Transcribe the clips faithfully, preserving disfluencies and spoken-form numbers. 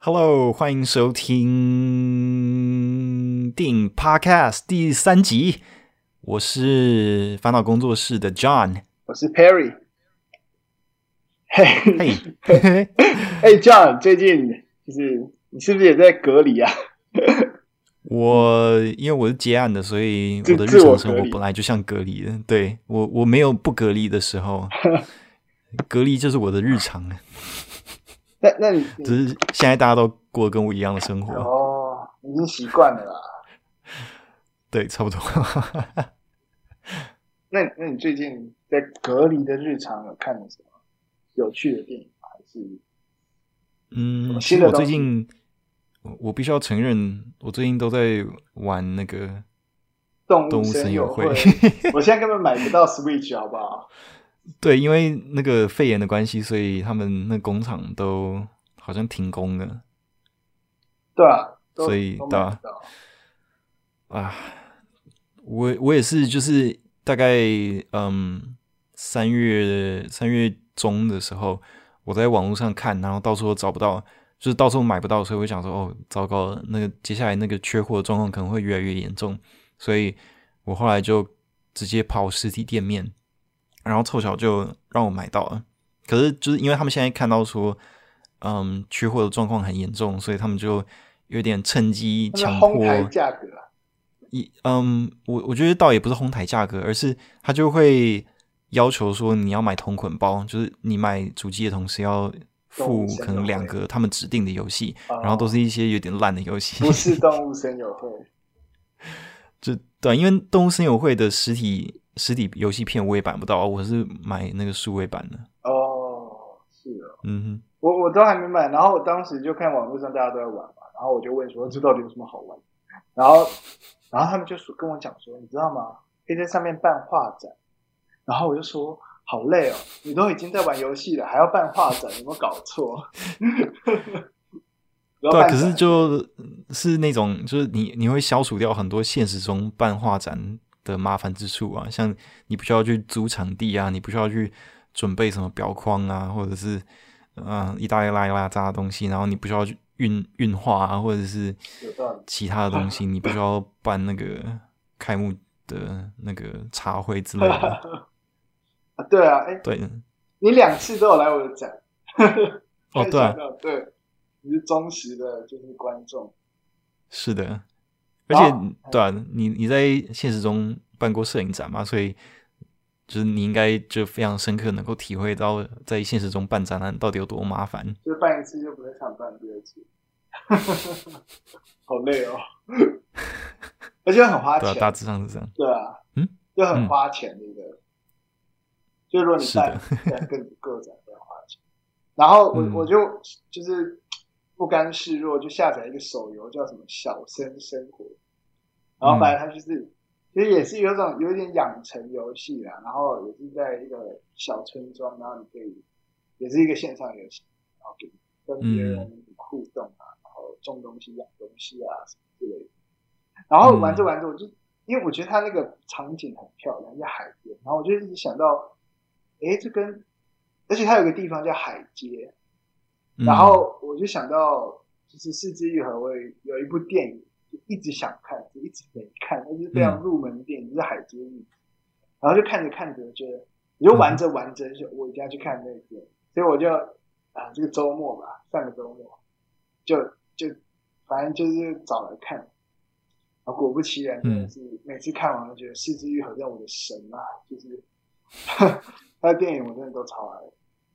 Hello， 欢迎收听电影 Podcast 第三集。我是烦恼工作室的 John， 我是 Perry。嘿， 嘿， 嘿 ，John， 最近就是你是不是也在隔离啊？ 我因为我是接案的，所以我的日自我常生隔离活本来就像隔离的。对我，我没有不隔离的时候，隔离就是我的日常。 那那你只是现在大家都过得跟我一样的生活。 哦，已经习惯了啦。 对，差不多。 那那你最近在隔离的日常有看了什么有趣的电影吗？还是嗯，其新的实我最近我必须要承认，我最近都在玩那个动物动物森友会。 我现在根本买不到 Switch， 好不好？ 对，因为那个肺炎的关系，所以他们那工厂都好像停工了。 对啊， 所以都对啊，啊，我我也是，就是大概嗯三月三月中的时候，我在网络上看，然后到处都找不到，就是到处买不到，所以我想说，哦，糟糕了，那个接下来那个缺货的状况可能会越来越严重，所以我后来就直接跑实体店面。然后凑巧就让我买到了，可是就是因为他们现在看到说，嗯，缺货的状况很严重，所以他们就有点趁机强迫。 哄抬价格啊？ 一嗯，我我觉得倒也不是哄抬价格，而是他就会要求说你要买同捆包，就是你买主机的同时要付可能两个他们指定的游戏，然后都是一些有点烂的游戏。 不是动物森友会， 就对，因为动物森友会的实体。实体游戏片我也版不到，我是买那个数位版的。 哦，是哦， 嗯哼， 我我都还没买，然后我当时就看网络上大家都在玩嘛，然后我就问说这到底有什么好玩？然后然后他们就说跟我讲说，你知道吗？可以在上面办画展。然后我就说好累哦，你都已经在玩游戏了，还要办画展，有没有搞错？ 对、啊，可是就是那种就是你你会消除掉很多现实中办画展的麻烦之处啊，像你不需要去租场地啊，你不需要去准备什么表框啊，或者是嗯一大一拉一拉杂的东西，然后你不需要去运运画啊，或者是其他的东西，你不需要办那个开幕的那个茶会之类的。 啊对啊，哎， 对， 你两次都有来我的展。 哦，对、啊， 对，你是忠实的，就是观众。 是的。而且，对啊，你你在现实中办过摄影展嘛，所以就是你应该就非常深刻能够体会到在现实中办展览到底有多麻烦。 就是办一次就不太想办第二次，好累哦，而且很花钱。 对啊，大致上是这样。 对啊， 嗯， 就很花钱的一个。嗯、就如果你办办更个展，会花钱。然后我、嗯、我就就是不甘示弱，就下载一个手游，叫什么《小生生活》。然后反正它就是，嗯、其实也是有种有点养成游戏啦，然后也是在一个小村庄，然后你可以，也是一个线上游戏，然后跟别人互动啊，然后种东西、养东西啊什么之类的。然后玩着玩着，我就因为我觉得它那个场景很漂亮，在海边，然后我就一直想到，哎，这跟，而且它有个地方叫海街，然后我就想到，就是是枝裕和我有一部电影。就一直想看，就一直没看，那就是非常入门的电影，就是《海街日记》。然后就看着看着，觉得我就玩着玩着，就我一定要去看那个电影，所以我就啊，这个周末吧，上个周末就就反正就是找来看。然后果不其然，真的是、嗯、每次看完，我觉得是枝裕和是我的神啊，就是他的电影我真的都超爱。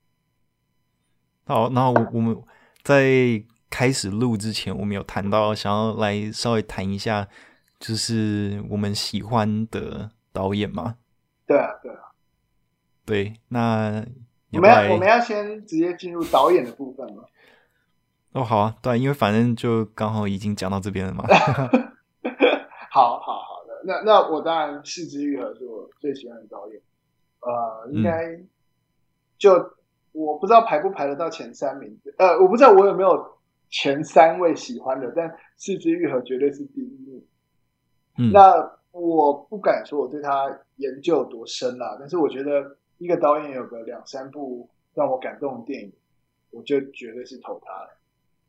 好，然后我我们在开始录之前，我们有谈到想要来稍微谈一下，就是我们喜欢的导演嘛。 对啊，对啊， 对。那我们要我们要先直接进入导演的部分吗？ 哦，好啊，对啊，因为反正就刚好已经讲到这边了嘛。 好好好的，那那我当然是枝裕和是我最喜欢的导演，呃，应该就、嗯、我不知道排不排得到前三名，呃，我不知道我有没有。前三位喜欢的，但是枝裕和绝对是第一名。嗯、那我不敢说我对他研究多深啦，但是我觉得一个导演有个两三部让我感动的电影，我就绝对是投他了。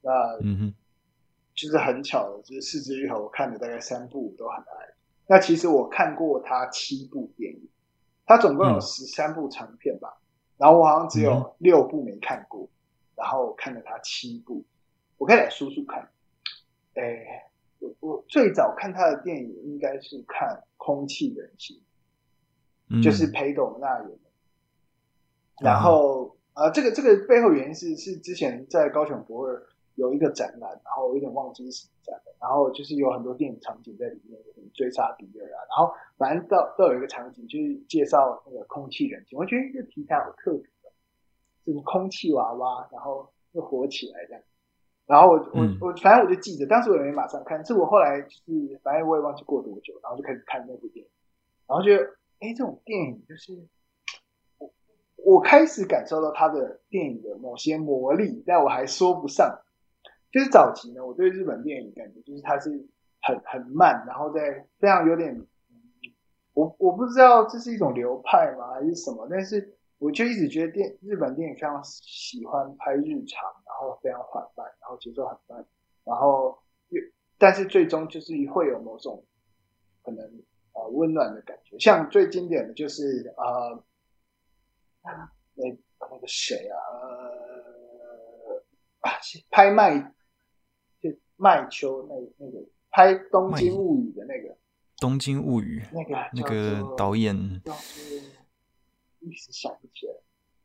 那嗯哼， 就是很巧的，就是四肢愈合，我看了大概三部我都很爱。那其实我看过他七部电影，他总共有十三部长片吧，然后我好像只有六部没看过，然后看了他七部，我可以来数数看。诶，我我最早看他的电影应该是看《空气人形》， 嗯， 就是裴斗娜演的。然后呃，这个这个背后原因是是之前在高雄博二有一个展览，然后我有点忘记是什么展览，然后就是有很多电影场景在里面，有点追杀比尔啊，然后反正到都有一个场景就是介绍那个空气人形，我觉得这个题材好特别的，就是空气娃娃，然后又火起来这样。然后我我我反正我就记着，当时我也没马上看，是我后来就是反正我也忘记过多久，然后就开始看那部电影，然后觉得哎，这种电影就是我我开始感受到他的电影的某些魔力，但我还说不上。就是早期呢，我对日本电影感觉就是它是很很慢，然后在非常有点，我我不知道这是一种流派吗还是什么，但是我就一直觉得电日本电影非常喜欢拍日常，然后非常缓慢，然后节奏很慢，然后但是最终就是会有某种可能呃温暖的感觉。像最经典的就是呃那那个谁啊呃啊拍卖就麦秋那那个拍《东京物语》的那个。 东京物语那个那个导演叫做一时想不起来。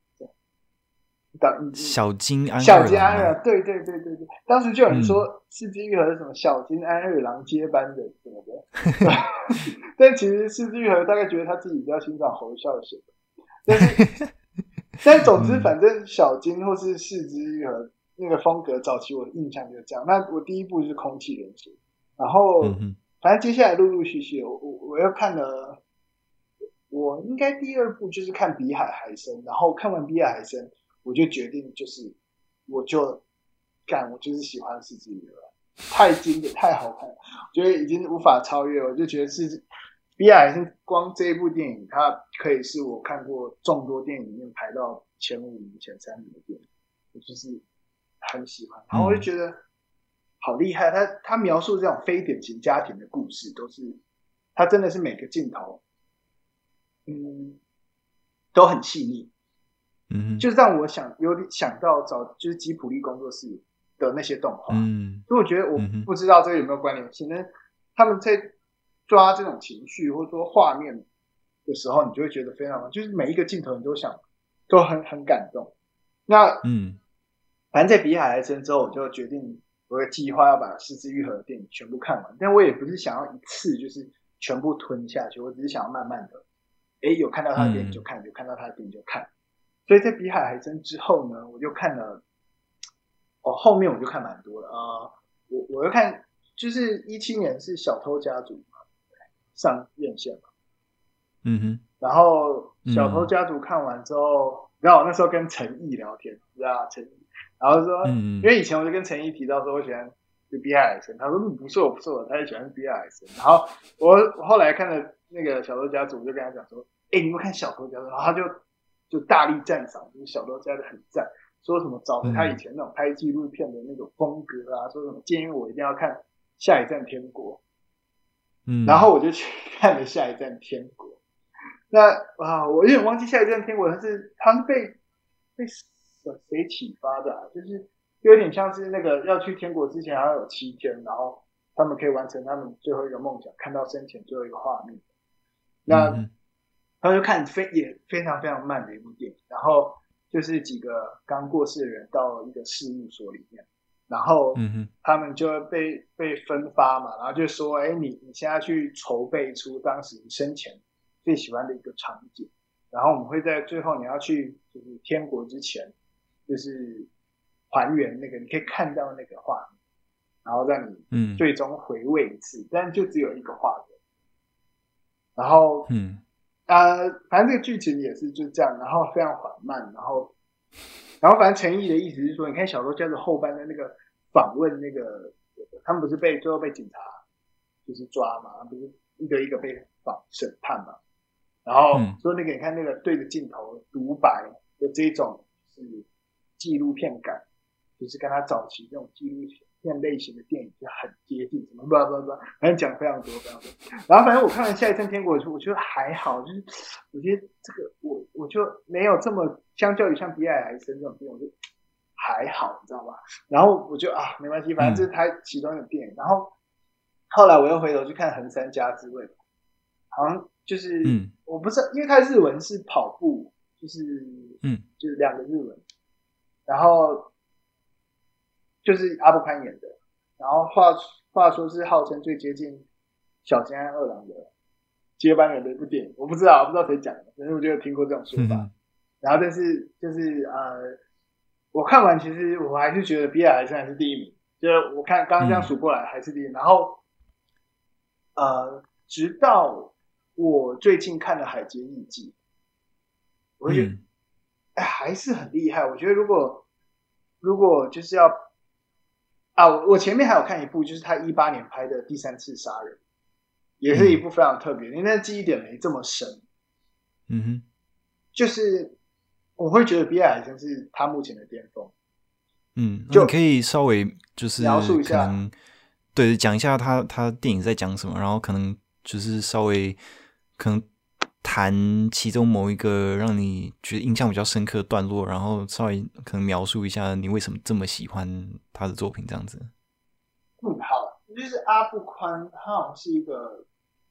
小津安小津安二，对对对对对，当时就有人说四肢愈合是什么小津安二郎接班的什么的，但其实四肢愈合大概觉得他自己比较欣赏侯孝贤，但是但总之反正小津或是四肢愈合那个风格，早期我的印象就是这样。那我第一部是空气人形，然后反正接下来陆陆续续，我我我又看了，我应该第二部就是看比海还深，然后看完比海还深。我就决定就是我就干我就是喜欢四肢愈合，太经典太好看了，我觉得已经无法超越。我就觉得是比海还深光这一部电影它可以是我看过众多电影里面排到前五名前三名的电影，我就是很喜欢。然后我就觉得好厉害，他他描述这种非典型家庭的故事都是他真的是每个镜头嗯都很细腻， 嗯， 就让我想有点想到找就是吉卜力工作室的那些动画，嗯，所以我觉得我不知道这个有没有关联性，但他们在抓这种情绪或者说画面的时候，你就会觉得非常，就是每一个镜头你都想都很很感动。那嗯，反正在比海还深之后，我就决定我的计划要把四肢愈合的电影全部看完，但我也不是想要一次就是全部吞下去，我只是想要慢慢的，哎，有看到他的电影就看，有看到他的电影就看。所以在比海还深之后呢，我就看了，哦，后面我就看蛮多了啊、呃。我我又看，就是一七年是小偷家族嘛，上院线嘛，嗯哼。然后小偷家族看完之后，然后我那时候跟陈毅聊天，你知道陈毅，然后说，嗯，因为以前我就跟陈毅提到说我喜欢比海还深，他说不错不错，他也喜欢比海还深。然后我我后来看了那个小偷家族，我就跟他讲说，哎，你们看小偷家族，然后他就。就大力赞赏，就是小偷家的很赞，说什么找回他以前那种拍纪录片的那种风格啊，说什么建议我一定要看《下一站天国》，嗯，然后我就去看了《下一站天国》。那啊，我有点忘记《下一站天国》是他是被被谁启发的、啊，就是有点像是那个要去天国之前还要有七天，然后他们可以完成他们最后一个梦想，看到生前最后一个画面。那。嗯他就看非也非常非常慢的一部电影，然后就是几个刚过世的人到一个事务所里面，然后他们就被被分发嘛，然后就说，哎，你你现在去筹备出当时你生前最喜欢的一个场景，然后我们会在最后你要去就是天国之前，就是还原那个你可以看到那个画面，然后让你最终回味一次，嗯、但就只有一个画面，然后嗯。呃，反正这个剧情也是就这样，然后非常缓慢，然后，然后反正陈毅的意思是说，你看小偷家族后半的那个访问，那个他们不是被最后被警察就是抓嘛，不是一个一个被访审判嘛，然后说那个你看那个对着镜头独白的这种是纪录片感， 就是跟他早期这种纪录片类型的电影就很接近，什么不不不，反正讲非常多非常多。然后反正我看完《下一站天国》的时候，我觉得还好，就是我觉得这个我我就没有这么，相较于像《比尔海参》这种电影，我就还好，你知道吧？然后我就啊没关系，反正这是他其中一个电影。然后后来我又回头去看《横山家之味》，好像就是、嗯、我不是因为他日文是跑步，就是嗯就是两个日文，然后。就是阿部宽演的，然后话话说是号称最接近小津安二郎的接班人的一部电影，我不知道，我不知道谁讲的，反正我就有听过这种说法。嗯、然后但是就是呃，我看完其实我还是觉得比尔还是还是第一名，就是我看刚刚这样数过来还是第一名。嗯、然后呃，直到我最近看了《海街日记》，我就觉得、嗯、哎还是很厉害。我觉得如果如果就是要啊，我前面还有看一部，就是他一八年拍的《第三次杀人》，也是一部非常特别，因为那记忆点没这么深。嗯哼，就是我会觉得比尔海参是他目前的巅峰。 嗯，就你可以稍微就是描述一下， 可能对讲一下他他电影在讲什么，然后可能就是稍微可能谈其中某一个让你觉得印象比较深刻的段落，然后稍微可能描述一下你为什么这么喜欢他的作品，这样子。 嗯，好，就是阿部宽，他好像是一个，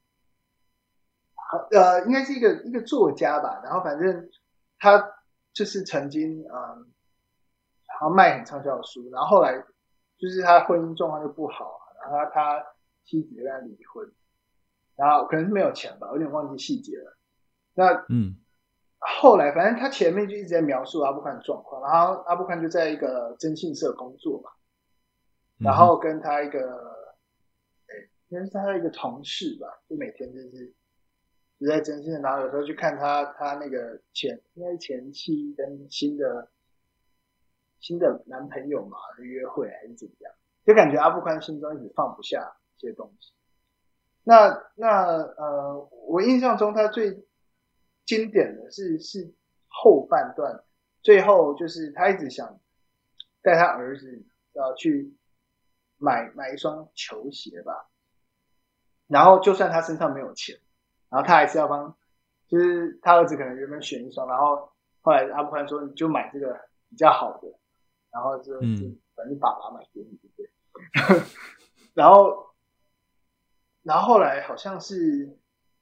呃，应该是一个一个作家吧。然后反正他就是曾经嗯，好像卖很畅销的书，然后后来就是他婚姻状况就不好，然后他他妻子跟他离婚，然后可能是没有钱吧，有点忘记细节了。那嗯，后来反正他前面就一直在描述阿部宽的状况，然后阿部宽就在一个征信社工作嘛，然后跟他一个，哎、嗯，应该是他一个同事吧，就每天就是就在征信，然后有时候去看他他那个前应该是前妻跟新的新的男朋友嘛约会还是怎么样，就感觉阿部宽心中一直放不下这些东西。那那呃，我印象中他最经典的是是后半段，最后就是他一直想带他儿子要去买买一双球鞋吧，然后就算他身上没有钱，然后他还是要帮，就是他儿子可能原本选一双，然后后来阿部宽说你就买这个比较好的，然后就就反正爸爸买给你，对不对？然后。然后后来好像是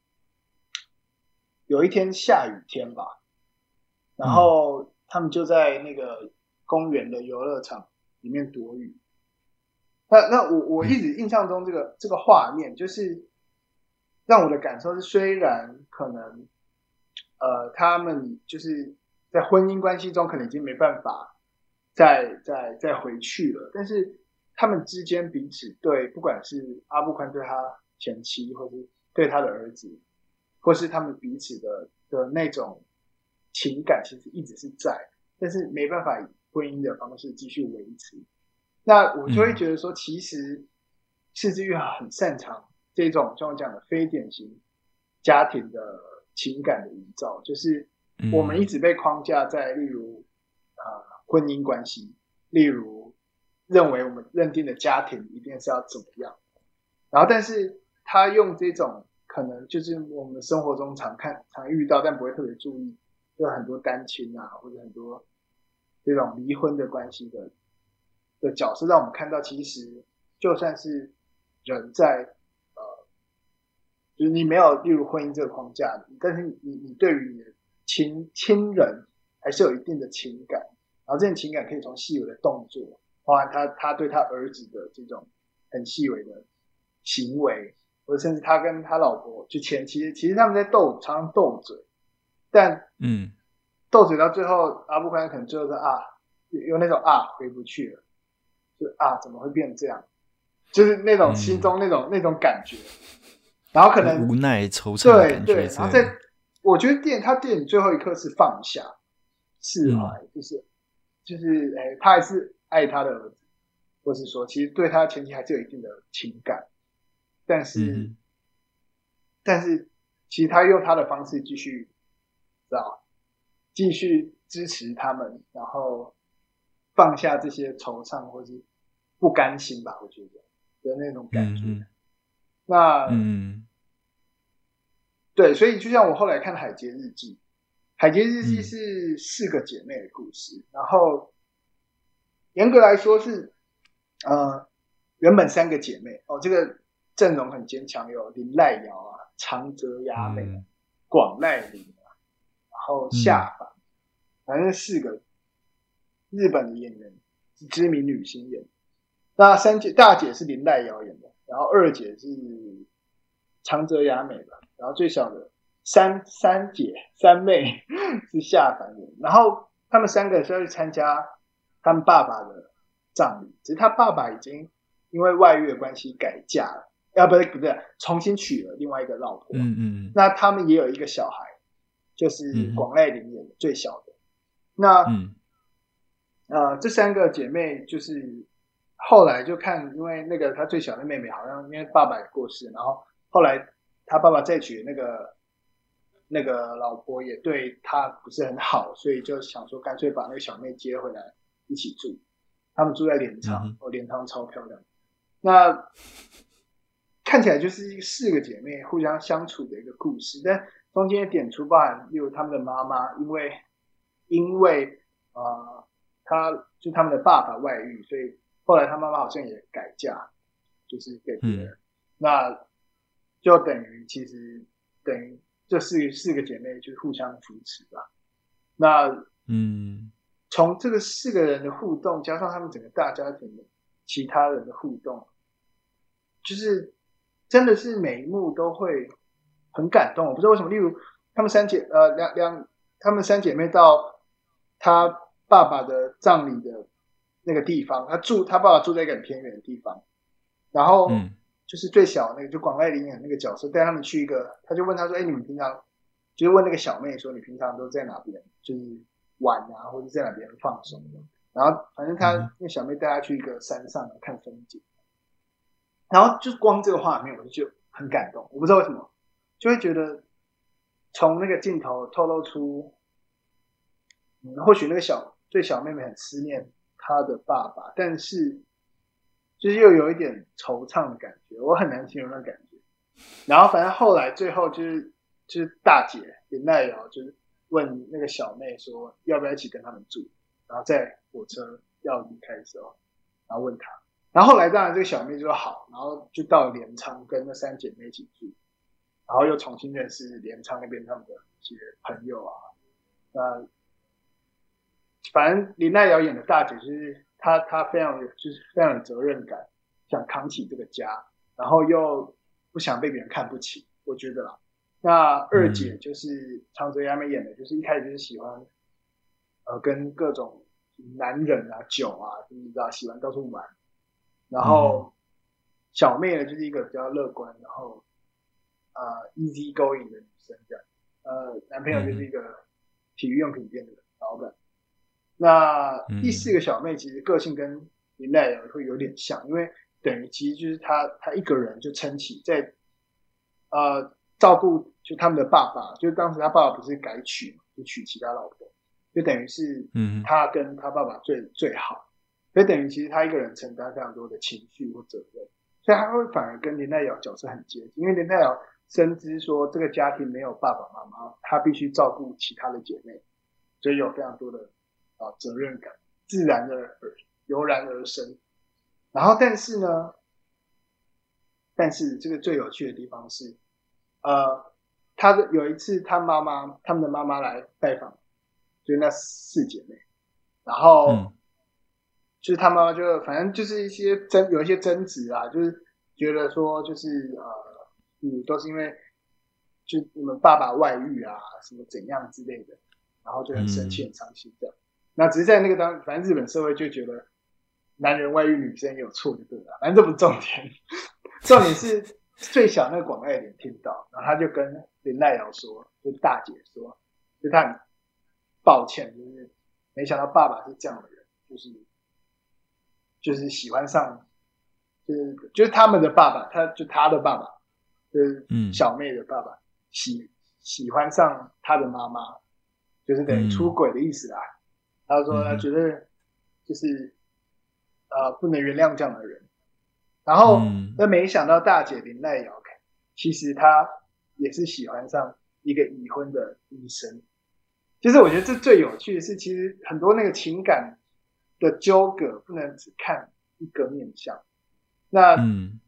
有一天下雨天吧，然后他们就在那个公园的游乐场里面躲雨。那那我我一直印象中这个这个画面，就是让我的感受是，虽然可能呃他们就是在婚姻关系中可能已经没办法再再再回去了，但是他们之间彼此对，不管是阿部宽对他前妻，或是对他的儿子，或是他们彼此的的那种情感，其实一直是在，但是没办法以婚姻的方式继续维持。那我就会觉得说，其实是枝裕和很擅长这种像我讲的非典型家庭的情感的营造，就是我们一直被框架在，例如呃婚姻关系，例如认为我们认定的家庭一定是要怎么样，然后但是他用这种可能就是我们生活中常看常遇到但不会特别注意，就很多单亲啊，或者很多这种离婚的关系的的角色，让我们看到其实就算是人在呃，就是你没有例如婚姻这个框架，但是你你对于你的亲亲人还是有一定的情感，然后这种情感可以从细微的动作，包含他他对他儿子的这种很细微的行为，或者甚至他跟他老婆就前妻，其实他们在斗常常斗嘴，但嗯，斗嘴到最后，阿部宽可能最后是啊，有那种啊回不去了，就啊怎么会变这样，就是那种心中那种、嗯、那种感觉，然后可能无奈惆怅的感觉， 对对，然后在我觉得电他电影最后一刻是放下释怀、嗯，就是就是哎，他还是爱他的儿子，或是说其实对他前妻还是有一定的情感，但是、嗯、但是其实他用他的方式继续知道继续支持他们，然后放下这些惆怅或是不甘心吧，我觉得的那种感觉。 嗯嗯那嗯对，所以就像我后来看《海街日记》，《海街日记》 嗯是四个姐妹的故事，然后严格来说是呃原本三个姐妹哦，这个阵容很坚强，有林濑遥啊、长泽雅美、 嗯广濑铃啊，然后夏帆，反正四个日本的演员，知名女星演的。那三姐大姐是林濑遥演的，然后二姐是长泽雅美吧，然后最小的三三姐三妹是夏帆演的。然后他们三个是要去参加他们爸爸的葬礼，只是他爸爸已经因为外遇的关系改嫁了，啊，不是不是，重新娶了另外一个老婆。 嗯嗯， 那他们也有一个小孩，就是广濑铃演的最小的。那、 嗯、 呃，这三个姐妹就是后来就看，因为那个她最小的妹妹好像因为爸爸也过世，然后后来她爸爸再娶那个那个老婆也对她不是很好，所以就想说干脆把那个小妹接回来一起住。他们住在镰仓，哦，镰仓超漂亮。那看起来就是四个姐妹互相相处的一个故事，但中间点出包含，例如他们的妈妈，因为因为呃，他就他们的爸爸外遇，所以后来他妈妈好像也改嫁，就是给别人，嗯、那就等于其实等于这四四个姐妹就互相扶持吧。那嗯。从这个四个人的互动，加上他们整个大家庭的其他人的互动，就是真的是每一幕都会很感动。我不知道为什么，例如他们三姐呃两两，他们三姐妹到他爸爸的葬礼的那个地方，他住他爸爸住在一个很偏远的地方，然后就是最小那个就广濑铃演那个角色带他们去一个，他就问他说：“哎，你们平常就是问那个小妹说，你平常都在哪边？就是。”玩啊，或者在哪边放松的，然后反正他那、嗯、小妹带他去一个山上看风景，然后就光这个画面我就觉得很感动，我不知道为什么，就会觉得从那个镜头透露出，嗯，或许那个小最小妹妹很思念她的爸爸，但是就是又有一点惆怅的感觉，我很难形容那感觉。然后反正后来最后就是就是大姐林濑遥就是。问那个小妹说要不要一起跟他们住，然后在火车要离开的时候，然后问他，然后后来当然这个小妹就说好，然后就到镰仓跟那三姐妹一起住，然后又重新认识镰仓那边他们的一些朋友啊，那反正林濑遥演的大姐就是她，她非常有就是非常有责任感，想扛起这个家，然后又不想被别人看不起，我觉得啦。那二姐就是长泽雅美演的，就是一开始就是喜欢，呃，跟各种男人啊、酒啊，就是你知道喜欢到处玩。然后小妹呢，就是一个比较乐观，然后呃 easy going 的女生这样。呃，男朋友就是一个体育用品店的老板。那第四个小妹其实个性跟林濑遥会有点像，因为等于其实就是她她一个人就撑起在呃。照顾就他们的爸爸，就当时他爸爸不是改娶嘛，就娶其他老婆，就等于是他跟他爸爸最、嗯、最好，所以等于其实他一个人承担非常多的情绪或责任，所以他会反而跟林濑遥角色很接近，因为林濑遥深知说这个家庭没有爸爸妈妈，他必须照顾其他的姐妹，所以有非常多的啊责任感，自然的油然而生。然后但是呢，但是这个最有趣的地方是。呃，他的有一次，他妈妈他们的妈妈来拜访，就是那四姐妹，然后、嗯、就是他妈妈就反正就是一些争有一些争执啊，就是觉得说就是呃，嗯，都是因为就你们爸爸外遇啊，什么怎样之类的，然后就很生气、很伤心这样。嗯、那只是在那个当，反正日本社会就觉得男人外遇，女生也有错就对了，反正这不是重点，重点是。最小那个广濑铃听到，然后他就跟林濑遥说，就大姐说，就他很抱歉，就是没想到爸爸是这样的人，就是就是喜欢上，就是就是他们的爸爸，他就他的爸爸，就是小妹的爸爸，嗯、喜喜欢上他的妈妈，就是等于出轨的意思啦。嗯、他说他觉得就是呃不能原谅这样的人。然后那、嗯、没想到大姐林濑遥其实她也是喜欢上一个已婚的医生。就是我觉得这最有趣的是，其实很多那个情感的纠葛不能只看一个面向。那嗯，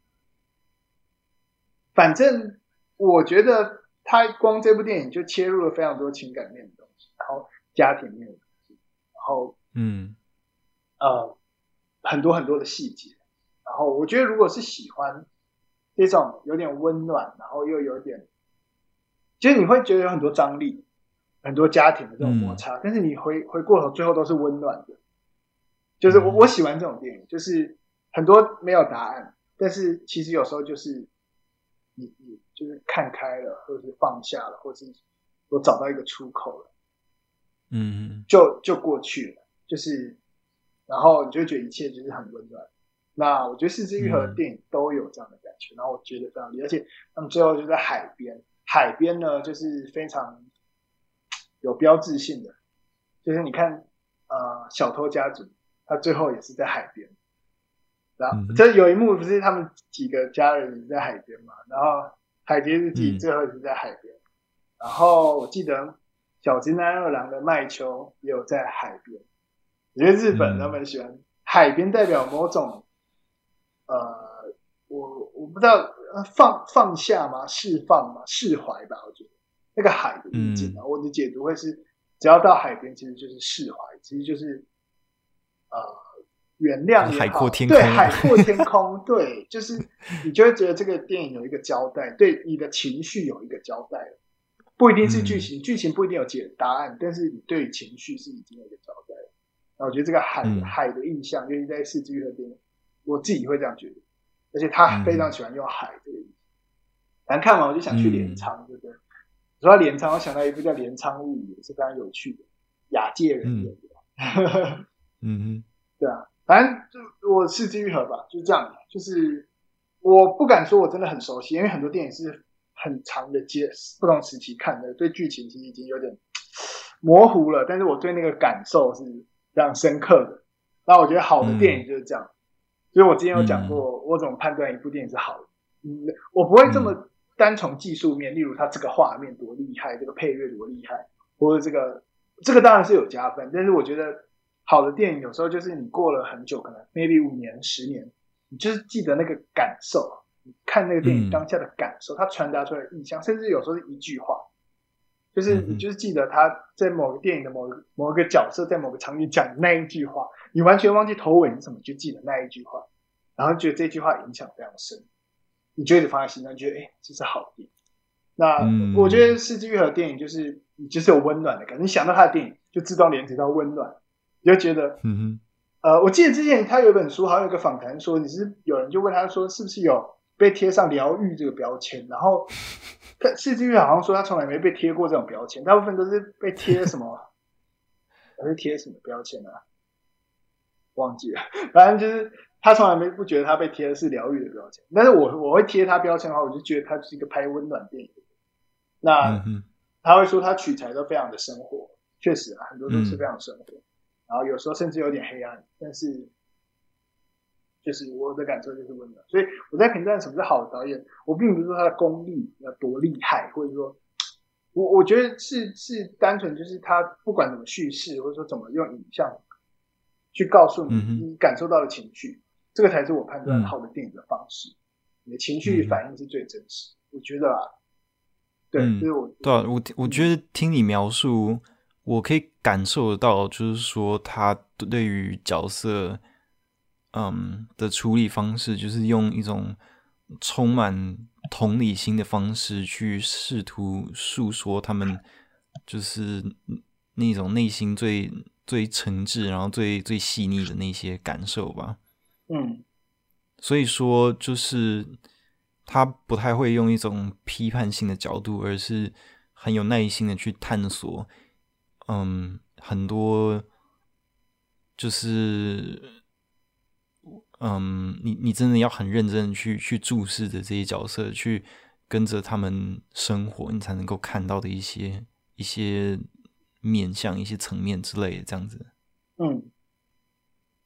反正我觉得他光这部电影就切入了非常多情感面的东西，然后家庭面的东西，然后嗯呃很多很多的细节。然后我觉得如果是喜欢这种有点温暖，然后又有点，其实你会觉得有很多张力，很多家庭的这种摩擦，嗯、但是你回回过头最后都是温暖的。就是我、嗯、我喜欢这种电影，就是很多没有答案，但是其实有时候就是你你就是看开了，或者是放下了，或者是我找到一个出口了， 嗯， 就就过去了，就是然后你就会觉得一切就是很温暖。那我觉得四枝裕和的电影都有这样的感觉，嗯、然后我觉得非常厉害，而且他们最后就在海边，海边呢就是非常有标志性的，就是你看呃小偷家族。他最后也是在海边，然后这有一幕不是他们几个家人在海边嘛？然后《海街日记》最后也是在海边，嗯、然后我记得小津安二郎的《麦秋》也有在海边。我觉得日本他们喜欢海边，代表某种呃，我我不知道放放下吗？释放吗？释怀吧？我觉得那个海的意境啊，嗯、我的解读会是，只要到海边，其实就是释怀，其实就是。呃，原谅也好， 海阔天空， 对，海阔天空，对，就是你就会觉得这个电影有一个交代，对你的情绪有一个交代了，不一定是剧情，嗯、剧情不一定有解答案，但是你对情绪是已经有一个交代了。那我觉得这个海、嗯、海的印象，尤其在四枝裕和电影，我自己会这样觉得，而且他非常喜欢用海这个意思。反正看完我就想去镰仓，嗯、对不对？说到镰仓，我想到一部叫《镰仓物语》，也是非常有趣的，亚介人演的。 嗯嗯， 对啊，反正就我四枝裕和吧，就这样。就是我不敢说我真的很熟悉，因为很多电影是很长的接不同时期看的，对剧情其实已经有点模糊了。但是我对那个感受是非常深刻的。那我觉得好的电影就是这样。嗯、所以我之前有讲过，嗯、我怎么判断一部电影是好的。嗯，我不会这么单从技术面，例如它这个画面多厉害，这个配乐多厉害，或者这个这个当然是有加分，但是我觉得。好的电影有时候就是你过了很久，可能 maybe 五年、十年，你就是记得那个感受，你看那个电影当下的感受，嗯、它传达出来的意象，甚至有时候是一句话，就是你就是记得他在某个电影的某个某个角色在某个场景讲的那一句话，你完全忘记头尾是什么，就记得那一句话，然后觉得这句话影响非常深，你就一直放在心上，觉得哎，这是好电影。那、嗯、我觉得四枝裕和的电影就是你就是有温暖的感觉，你想到他的电影就自动连接到温暖。你就觉得， 嗯呃，我记得之前他有一本书，好像有一个访谈说，你是有人就问他说，是不是有被贴上疗愈这个标签？然后四枝裕和好像说他从来没被贴过这种标签，大部分都是被贴什么，还是贴什么标签啊？忘记了，反正就是他从来没不觉得他被贴的是疗愈的标签。但是我我会贴他标签的话，我就觉得他是一个拍温暖电影的。那、嗯、他会说他取材都非常的生活，确实啊，很多都是非常生活。嗯然后有时候甚至有点黑暗，但是就是我的感受就是温暖。所以我在评断什么是好的导演，我并不是说他的功力有多厉害，或者说，我我觉得是是单纯就是他不管怎么叙事，或者说怎么用影像去告诉你你感受到的情绪，嗯、这个才是我判断好的电影的方式。嗯、你的情绪反应是最真实，我觉得啊，对， 嗯、 就是我对啊，我我觉得听你描述。我可以感受得到，就是说他对于角色，嗯的处理方式，就是用一种充满同理心的方式去试图诉说他们就是那种内心最最诚挚，然后最最细腻的那些感受吧。 嗯， 所以说就是他不太会用一种批判性的角度，而是很有耐心的去探索。嗯，很多就是，嗯，你你真的要很认真去去注视着这些角色，去跟着他们生活，你才能够看到的一些一些面向、一些层面之类的，这样子。 嗯，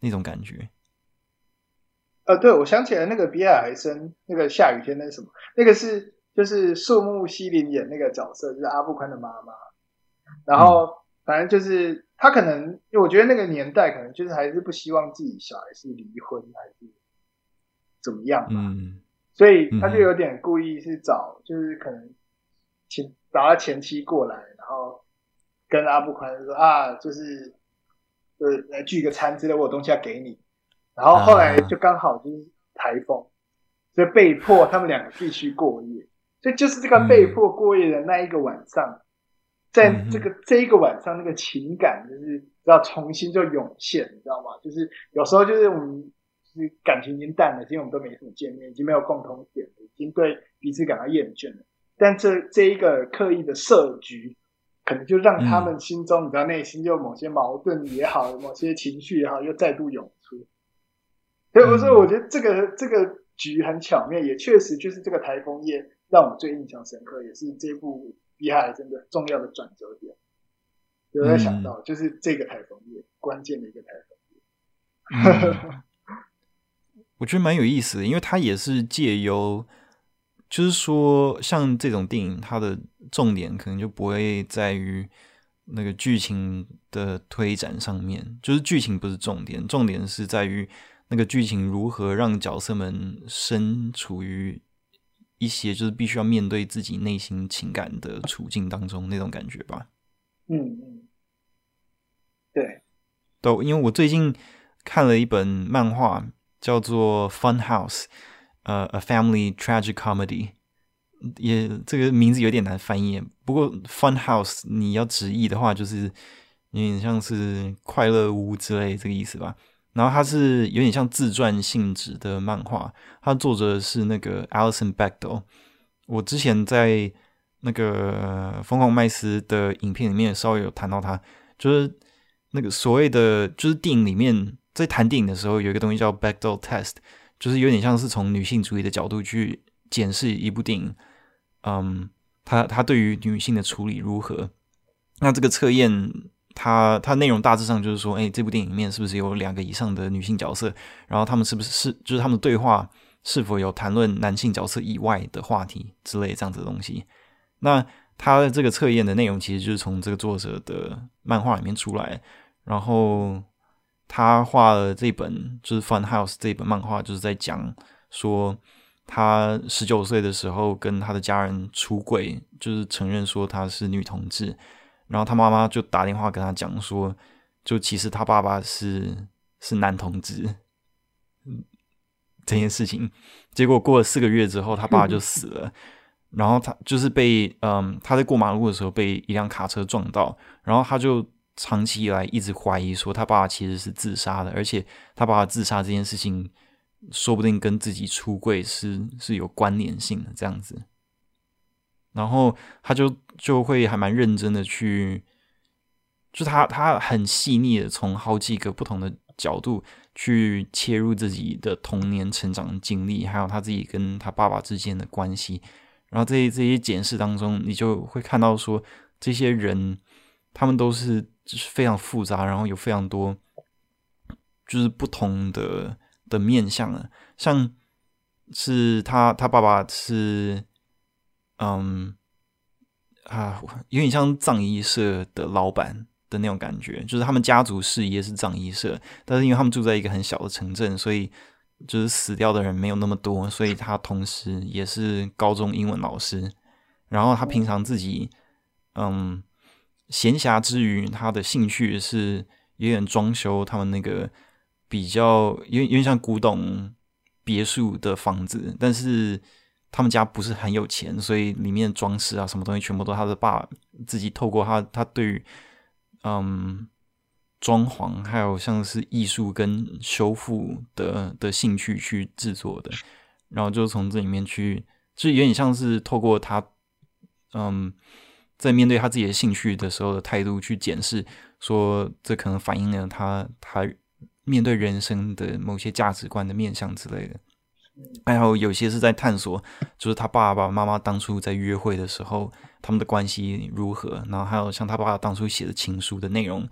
那种感觉。 呃，对，我想起来那个比尔海森那个下雨天那是什么？那个是就是树木希林演那个角色，就是阿布宽的妈妈。然后反正就是他可能，因为我觉得那个年代可能就是还是不希望自己小孩是离婚还是怎么样嘛， 嗯， 所以他就有点故意是找，就是可能前找他前妻过来，然后跟阿布宽说啊，就是就是来聚个餐之类，我有东西要给你。然后后来就刚好就是台风，所以被迫他们两个必须过夜。所以就是这个被迫过夜的那一个晚上，在这个这一个晚上，那个情感就是要重新就涌现，你知道吗？就是有时候就是我们就是感情已经淡了，因为我们都没什么见面，已经没有共同点了，已经对彼此感到厌倦了。但这这一个刻意的设局，可能就让他们心中，你知道内心就某些矛盾也好，某些情绪也好，又再度涌出。所以我说，我觉得这个这个局很巧妙，也确实就是这个台风夜让我最印象深刻，也是这部《比海真的重要的转折点。有在想到，就是这个台风夜，关键的一个台风夜。 嗯、我觉得蛮有意思的，因为它也是借由，就是说像这种电影，它的重点可能就不会在于那个剧情的推展上面，就是剧情不是重点，重点是在于那个剧情如何让角色们身处于一些就是必须要面对自己内心情感的处境当中那种感觉吧。 嗯嗯，对， 都因为我最近看了一本漫画，叫做《Fun House》，呃，《A Family Tragic Comedy》，也这个名字有点难翻译，不过 Fun House 你要直译的话，就是有点像是快乐屋之类这个意思吧。然后它是有点像自传性质的漫画，它作者是那个 Alison Bechdel。我之前在那个疯狂麦斯的影片里面稍微有谈到他，就是那个所谓的就是电影里面在谈电影的时候有一个东西叫 Bechdel Test， 就是有点像是从女性主义的角度去检视一部电影，嗯，他他对于女性的处理如何。那这个测验它它内容大致上就是说，哎，这部电影里面是不是有两个以上的女性角色，然后他们是不是是就是他们的对话是否有谈论男性角色以外的话题之类这样子的东西。那他这个测验的内容其实就是从这个作者的漫画里面出来，然后他画了这本就是 Fun House 这本漫画，就是在讲说他十九岁的时候跟他的家人出柜，就是承认说他是女同志，然后他妈妈就打电话跟他讲说，就其实他爸爸是是男同志这件事情。结果过了四个月之后，他爸爸就死了。然后他就是被嗯他在过马路的时候被一辆卡车撞到，然后他就长期以来一直怀疑说他爸爸其实是自杀的，而且他爸爸自杀这件事情说不定跟自己出柜是是有关联性的这样子。然后他就就会还蛮认真的去，就他他很细腻的从好几个不同的角度去切入自己的童年成长经历，还有他自己跟他爸爸之间的关系。然后这这些检视当中，你就会看到说，这些人他们都是就是非常复杂，然后有非常多就是不同的的面向了。像是他他爸爸是嗯啊，有点像葬仪社的老板的那种感觉，就是他们家族事业是葬仪社，但是因为他们住在一个很小的城镇，所以就是死掉的人没有那么多，所以他同时也是高中英文老师。然后他平常自己，嗯，闲暇之余，他的兴趣是有点装修他们那个比较有点有点像古董别墅的房子，但是他们家不是很有钱，所以里面装饰啊什么东西全部都他的爸自己透过他他对于嗯。装潢，还有像是艺术跟修复的的兴趣去制作的，然后就从这里面去，就有点像是透过他，嗯，在面对他自己的兴趣的时候的态度去检视，说这可能反映了他他面对人生的某些价值观的面向之类的。还有有些是在探索，就是他爸爸妈妈当初在约会的时候，他们的关系如何，然后还有像他爸爸当初写的情书的内容。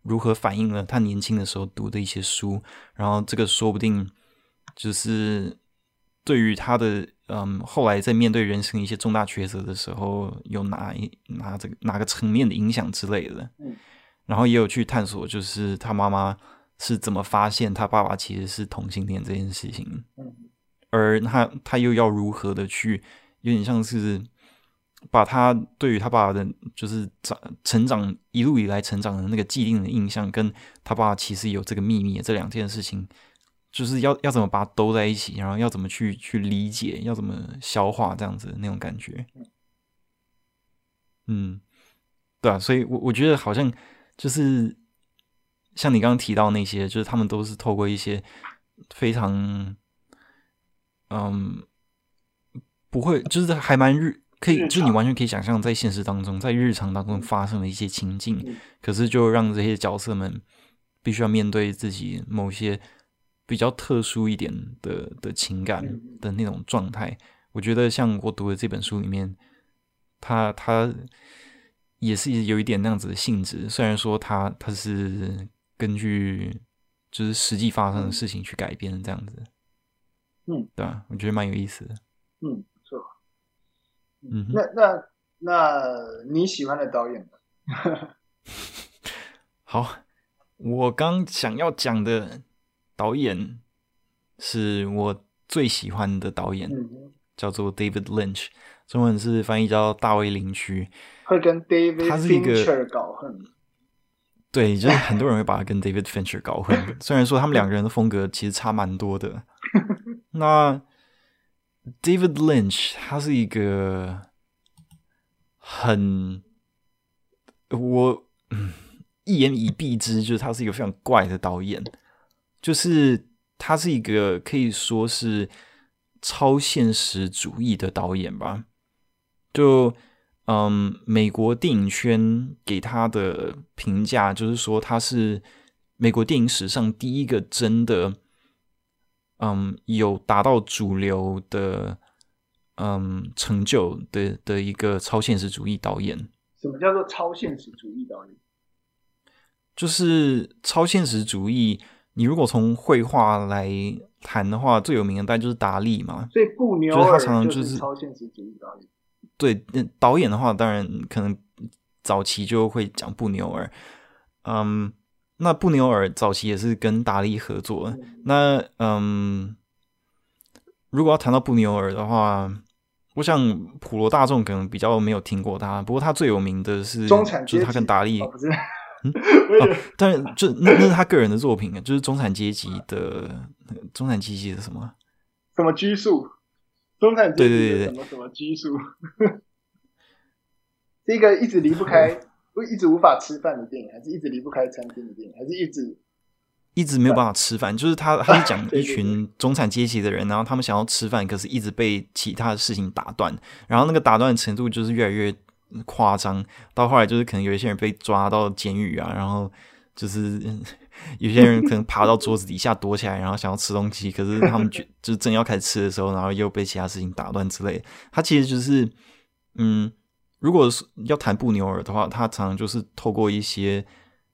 如何反映了他年轻的时候读的一些书，然后这个说不定就是对于他的嗯后来在面对人生一些重大抉择的时候有哪一哪这个哪个层面的影响之类的。 嗯， 然后也有去探索，就是他妈妈是怎么发现他爸爸其实是同性恋这件事情， 嗯， 而他他又要如何的去，有点像是把他对于他爸爸的，就是长成长一路以来成长的那个既定的印象，跟他爸爸其实有这个秘密的这两件事情，就是要要怎么把它兜在一起，然后要怎么去去理解，要怎么消化这样子的那种感觉。嗯，对啊，所以我我觉得好像就是像你刚刚提到那些，就是他们都是透过一些非常嗯不会，就是还蛮日。可以，就是你完全可以想象，在现实当中，在日常当中发生的一些情境， 嗯、 可是就让这些角色们必须要面对自己某些比较特殊一点的的情感的那种状态。我觉得像我读的这本书里面，它它也是有一点那样子的性质，虽然说它它是根据就是实际发生的事情去改编这样子。 嗯， 对啊，我觉得蛮有意思的。 嗯，不错。 嗯， 那那那你喜欢的导演呢？ 好，我刚想要讲的导演是我最喜欢的导演， 嗯、 叫做 David Lynch， 中文是翻译叫大卫林区。 会跟 David 他是一个 Fincher 搞混。 对，就是很多人会把他跟 David Fincher 搞混，虽然说他们两个人的风格其实差蛮多的。那 David Lynch 他是一个很我嗯一言以蔽之，就是他是一个非常怪的导演，就是他是一个可以说是超现实主义的导演吧。就嗯，美国电影圈给他的评价就是说，他是美国电影史上第一个真的嗯有达到主流的嗯成就的的一个超现实主义导演。 什么叫做超现实主义导演？ 就是超现实主义，你如果从绘画来谈的话，最有名的大概就是达利嘛。 所以布纽尔就是超现实主义导演。 对，导演的话，当然可能早期就会讲布纽尔。嗯，那布纽尔早期也是跟达利合作。嗯、那嗯，如果要谈到布纽尔的话，我想普罗大众可能比较没有听过他。不过他最有名的是， 中产就是他跟达利。 哦、不是嗯，哦，但是就那那是他个人的作品，就是中产阶级的中产阶级的什么什么拘束，中产阶级的什么对对对什么拘束，是一个一直离不开、一直无法吃饭的电影，还是一直离不开餐厅的电影，还是一直一直没有办法吃饭？就是他他是讲一群中产阶级的人，然后他们想要吃饭，可是一直被其他的事情打断，然后那个打断的程度就是越来越夸张，到后来就是可能有一些人被抓到监狱啊，然后就是有些人可能爬到桌子底下躲起来，然后想要吃东西，可是他们就就正要开始吃的时候，然后又被其他事情打断之类的。他其实就是嗯，如果要谈布纽尔的话，他常常就是透过一些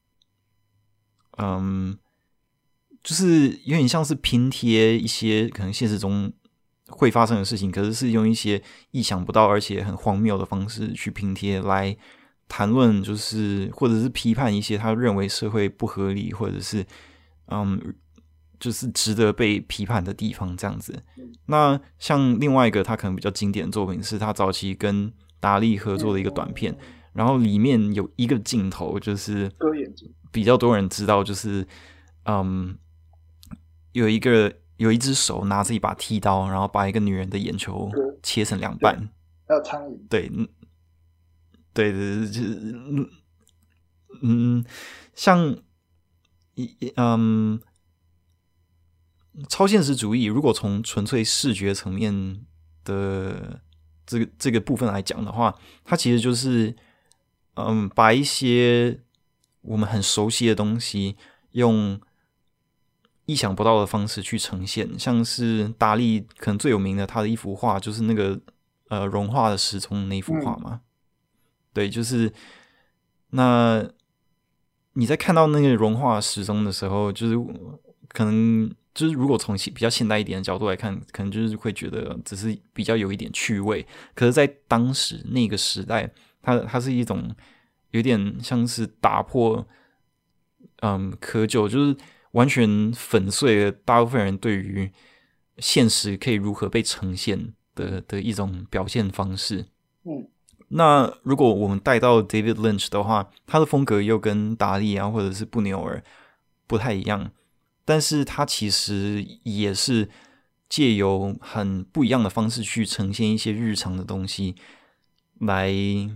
嗯，就是有点像是拼贴一些可能现实中会发生的事情，可是是用一些意想不到而且很荒谬的方式去拼贴来谈论，就是或者是批判一些他认为社会不合理或者是嗯，就是值得被批判的地方这样子。那像另外一个他可能比较经典的作品是他早期跟达利合作的一个短片，然后里面有一个镜头就是比较多人知道，就是嗯有一个。有一只手拿着一把剃刀，然后把一个女人的眼球切成两半。 还有苍蝇。 对，对对对，就是嗯，像嗯，超现实主义，如果从纯粹视觉层面的这个这个部分来讲的话，它其实就是嗯，把一些我们很熟悉的东西用意想不到的方式去呈现，像是达利可能最有名的他的一幅画就是那个呃融化的时钟那一幅画嘛、嗯、对，就是那你在看到那个融化时钟的时候，就是可能就是如果从比较现代一点的角度来看，可能就是会觉得只是比较有一点趣味。可是，在当时那个时代，它它是一种有点像是打破嗯窠臼，就是完全粉碎了大部分人对于现实可以如何被呈现的的一种表现方式。 嗯。 那如果我们带到 David Lynch 的话，他的风格又跟达利啊或者是布纽尔不太一样，但是他其实也是借由很不一样的方式去呈现一些日常的东西，来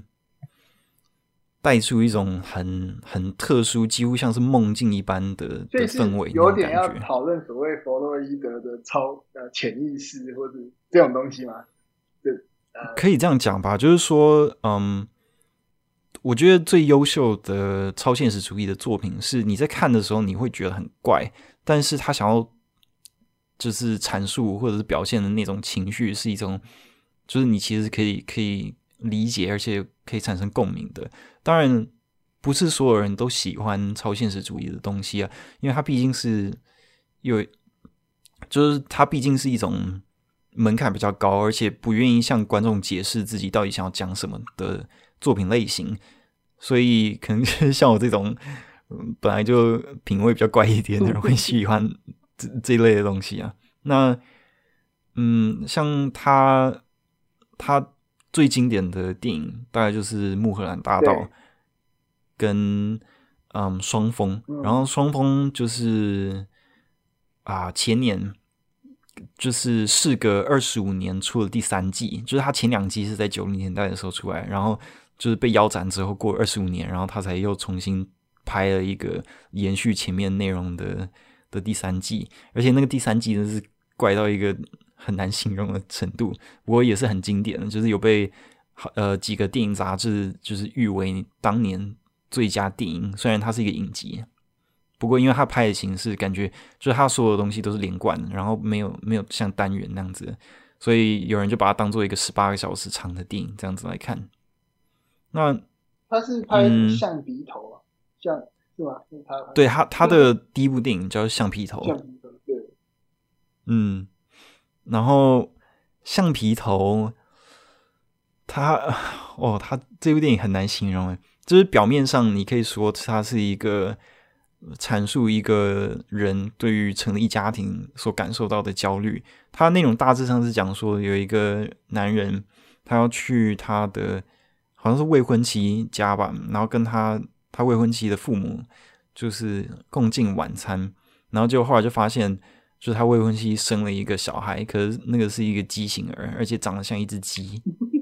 带出一种很很特殊，几乎像是梦境一般的的氛围， 有点要讨论所谓弗洛伊德的超呃潜意识或者这种东西吗？对。 可以这样讲吧，就是说，嗯，我觉得最优秀的超现实主义的作品是你在看的时候你会觉得很怪，但是他想要就是阐述或者是表现的那种情绪是一种，就是你其实可以可以理解，而且可以产生共鸣的。当然，不是所有人都喜欢超现实主义的东西啊，因为它毕竟是有，就是它毕竟是一种门槛比较高，而且不愿意向观众解释自己到底想要讲什么的作品类型，所以可能就是像我这种本来就品味比较怪一点的人会喜欢这这一类的东西啊。那嗯，像他他最经典的电影大概就是《穆赫兰大道》跟嗯双峰，然后双峰就是啊前年。就是事隔二十五年出了第三季，就是他前两季是在九零年代的时候出来，然后就是被腰斩之后过二十五年，然后他才又重新拍了一个延续前面内容的的第三季，而且那个第三季真是怪到一个很难形容的程度，不过也是很经典的，就是有被呃几个电影杂志就是誉为当年最佳电影，虽然它是一个影集。不过，因为他拍的形式，感觉就是他所有的东西都是连贯的，然后没有没有像单元那样子，所以有人就把它当做一个十八个小时长的电影这样子来看。那他是拍橡皮头啊，像、嗯、是吗？他对他他的第一部电影叫《橡皮头》， 橡皮头对， 嗯，然后橡皮头，他哦，他这部电影很难形容诶，就是表面上你可以说它是一个。阐述一个人对于成立家庭所感受到的焦虑，他内容大致上是讲说有一个男人，他要去他的好像是未婚妻家吧，然后跟他他未婚妻的父母就是共进晚餐，然后结果后来就发现，就是他未婚妻生了一个小孩，可是那个是一个畸形儿，而且长得像一只鸡。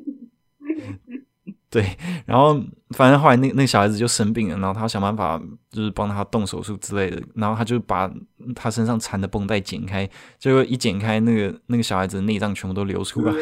对，然后反正后来那那个小孩子就生病了，然后他想办法就是帮他动手术之类的，然后他就把他身上缠的绷带剪开，结果一剪开，那个那个小孩子的内脏全部都流出来。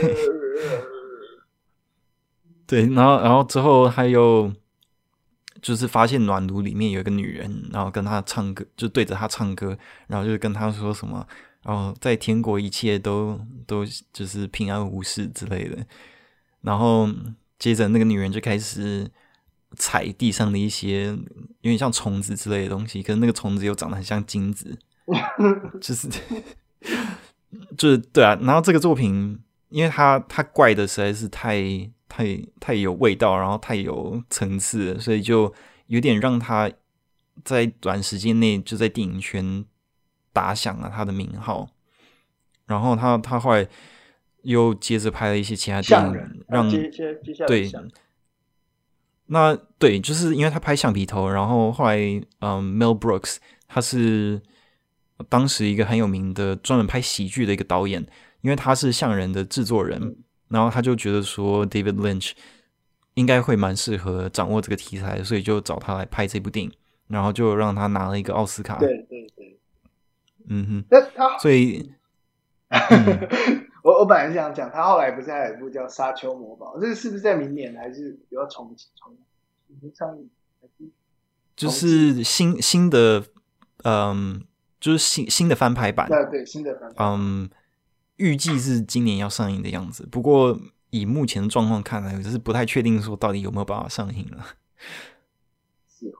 对，然后然后之后还有就是发现暖炉里面有一个女人，然后跟他唱歌，就对着他唱歌，然后就跟他说什么，然后在天国一切都都就是平安无事之类的，然后。接着那个女人就开始踩地上的一些有点像虫子之类的东西，可是那个虫子又长得很像金子，就是就是对啊。然后这个作品，因为它它怪的实在是太太太有味道，然后太有层次了，所以就有点让他在短时间内就在电影圈打响了他的名号。然后他他后来。又接着拍了一些其他电影，让接接接下来对，那对，就是因为他拍橡皮头，然后后来嗯 ，Mel Brooks 他是当时一个很有名的专门拍喜剧的一个导演，因为他是象人的制作人，嗯、然后他就觉得说 David Lynch 应该会蛮适合掌握这个题材，所以就找他来拍这部电影，然后就让他拿了一个奥斯卡。 对对对， 嗯哼， 那他所以。 嗯我我本来是想讲，他后来不是还有一部叫《沙丘魔堡》，这个是不是在明年还是有要重重重上映？ 就是新新的，嗯，就是新新的翻拍版。 对对，新的翻拍。 嗯，预计是今年要上映的样子。不过以目前的状况看来，我就是不太确定说到底有没有办法上映了。 是哦。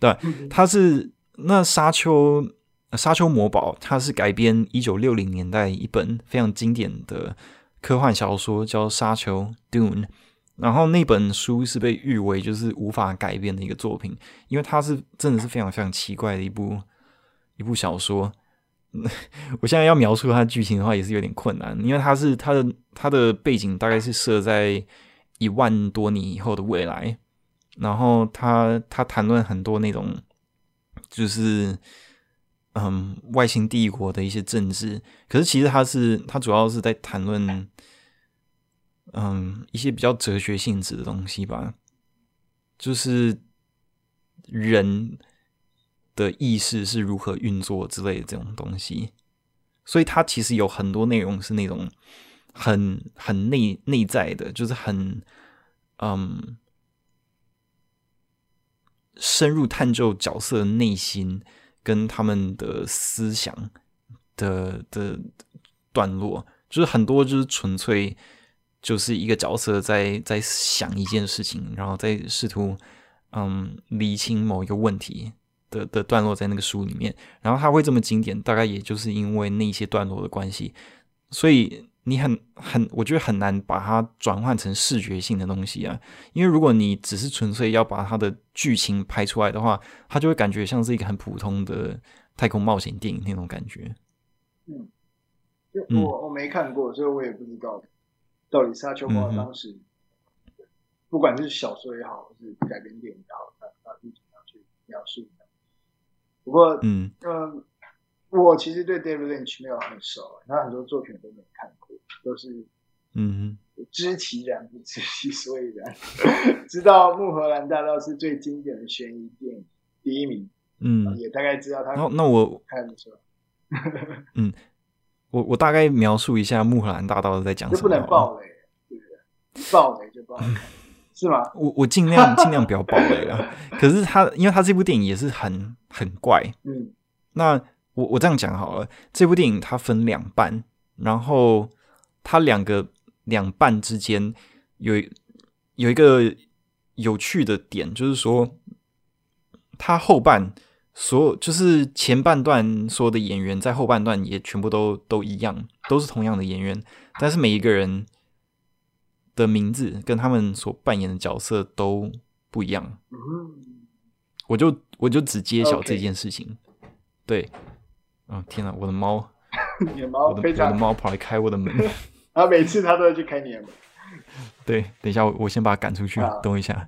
对，它是那沙丘沙丘魔堡，它是改编一九六零年代一本非常经典的科幻小说，叫《沙丘》（Dune）。然后那本书是被誉为就是无法改编的一个作品，因为它是真的是非常非常奇怪的一部一部小说。我现在要描述它的剧情的话，也是有点困难，因为它是它的它的背景大概是设在一万多年以后的未来，然后它它谈论很多那种就是嗯外星帝国的一些政治，可是其实它是它主要是在谈论。嗯，一些比较哲学性质的东西吧，就是人的意识是如何运作之类的这种东西，所以它其实有很多内容是那种很很内内在的，就是很嗯深入探究角色的内心跟他们的思想的的段落，就是很多就是纯粹。就是一个角色在在想一件事情，然后在试图嗯厘清某一个问题的的段落在那个书里面，然后它会这么经典，大概也就是因为那些段落的关系，所以你很很我觉得很难把它转换成视觉性的东西啊，因为如果你只是纯粹要把它的剧情拍出来的话，它就会感觉像是一个很普通的太空冒险电影那种感觉。 嗯，就我、嗯、我没看过，所以我也不知道。到底沙丘魔堡当时、嗯，不管是小说也好，或是改编电影也好，他他是怎么样去描述的？不过，嗯嗯，我其实对 David Lynch 没有很熟，他很多作品都没看过，都是嗯知其然不知其所以然。知道《穆荷兰大道》是最经典的悬疑电影第一名，嗯，也大概知道他。 那那我看得出来， 嗯。我我大概描述一下穆荷兰大道在讲什么， 就不能爆雷，对不对？爆雷就不好看，是吗？ 我我尽量尽量不要爆雷啦。可是他，因为他这部电影也是很很怪，嗯，那我我这样讲好了，这部电影它分两半，然后它两个两半之间有有一个有趣的点，就是说它后半。所有就是前半段所有的演员在后半段也全部都都一样，都是同样的演员，但是每一个人的名字跟他们所扮演的角色都不一样。我就我就只揭晓这件事情。Okay. 对，哦天哪，我的猫， 你的猫， 我的我的猫跑来开我的门， 然后每次它都会去开你的门。 对，等一下我我先把它赶出去，等我一下。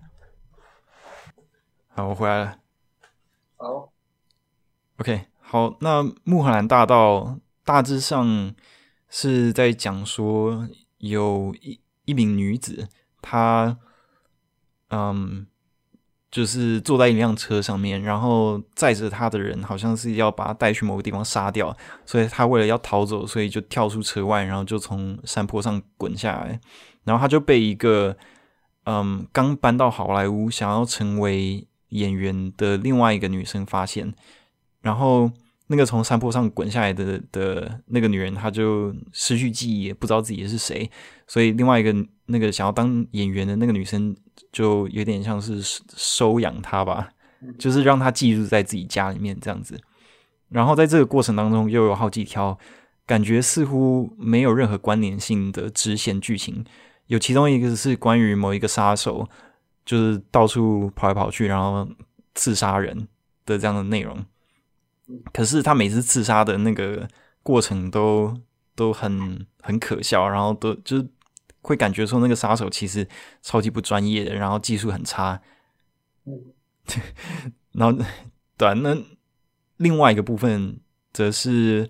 好，我回来了。 好。 OK， 好，那穆荷兰大道大致上是在讲说有一一名女子，她嗯，就是坐在一辆车上面，然后载着她的人好像是要把她带去某个地方杀掉，所以她为了要逃走，所以就跳出车外，然后就从山坡上滚下来，然后她就被一个嗯刚搬到好莱坞想要成为演员的另外一个女生发现。然后那个从山坡上滚下来的的那个女人，她就失去记忆，也不知道自己是谁，所以另外一个那个想要当演员的那个女生，就有点像是收养她吧，就是让她寄住在自己家里面这样子。然后在这个过程当中，又有好几条感觉似乎没有任何关联性的支线剧情，有其中一个是关于某一个杀手，就是到处跑来跑去，然后刺杀人的这样的内容。可是他每次刺杀的那个过程都都很很可笑，然后都就是会感觉说那个杀手其实超级不专业的，然后技术很差。然后对、啊，那另外一个部分则是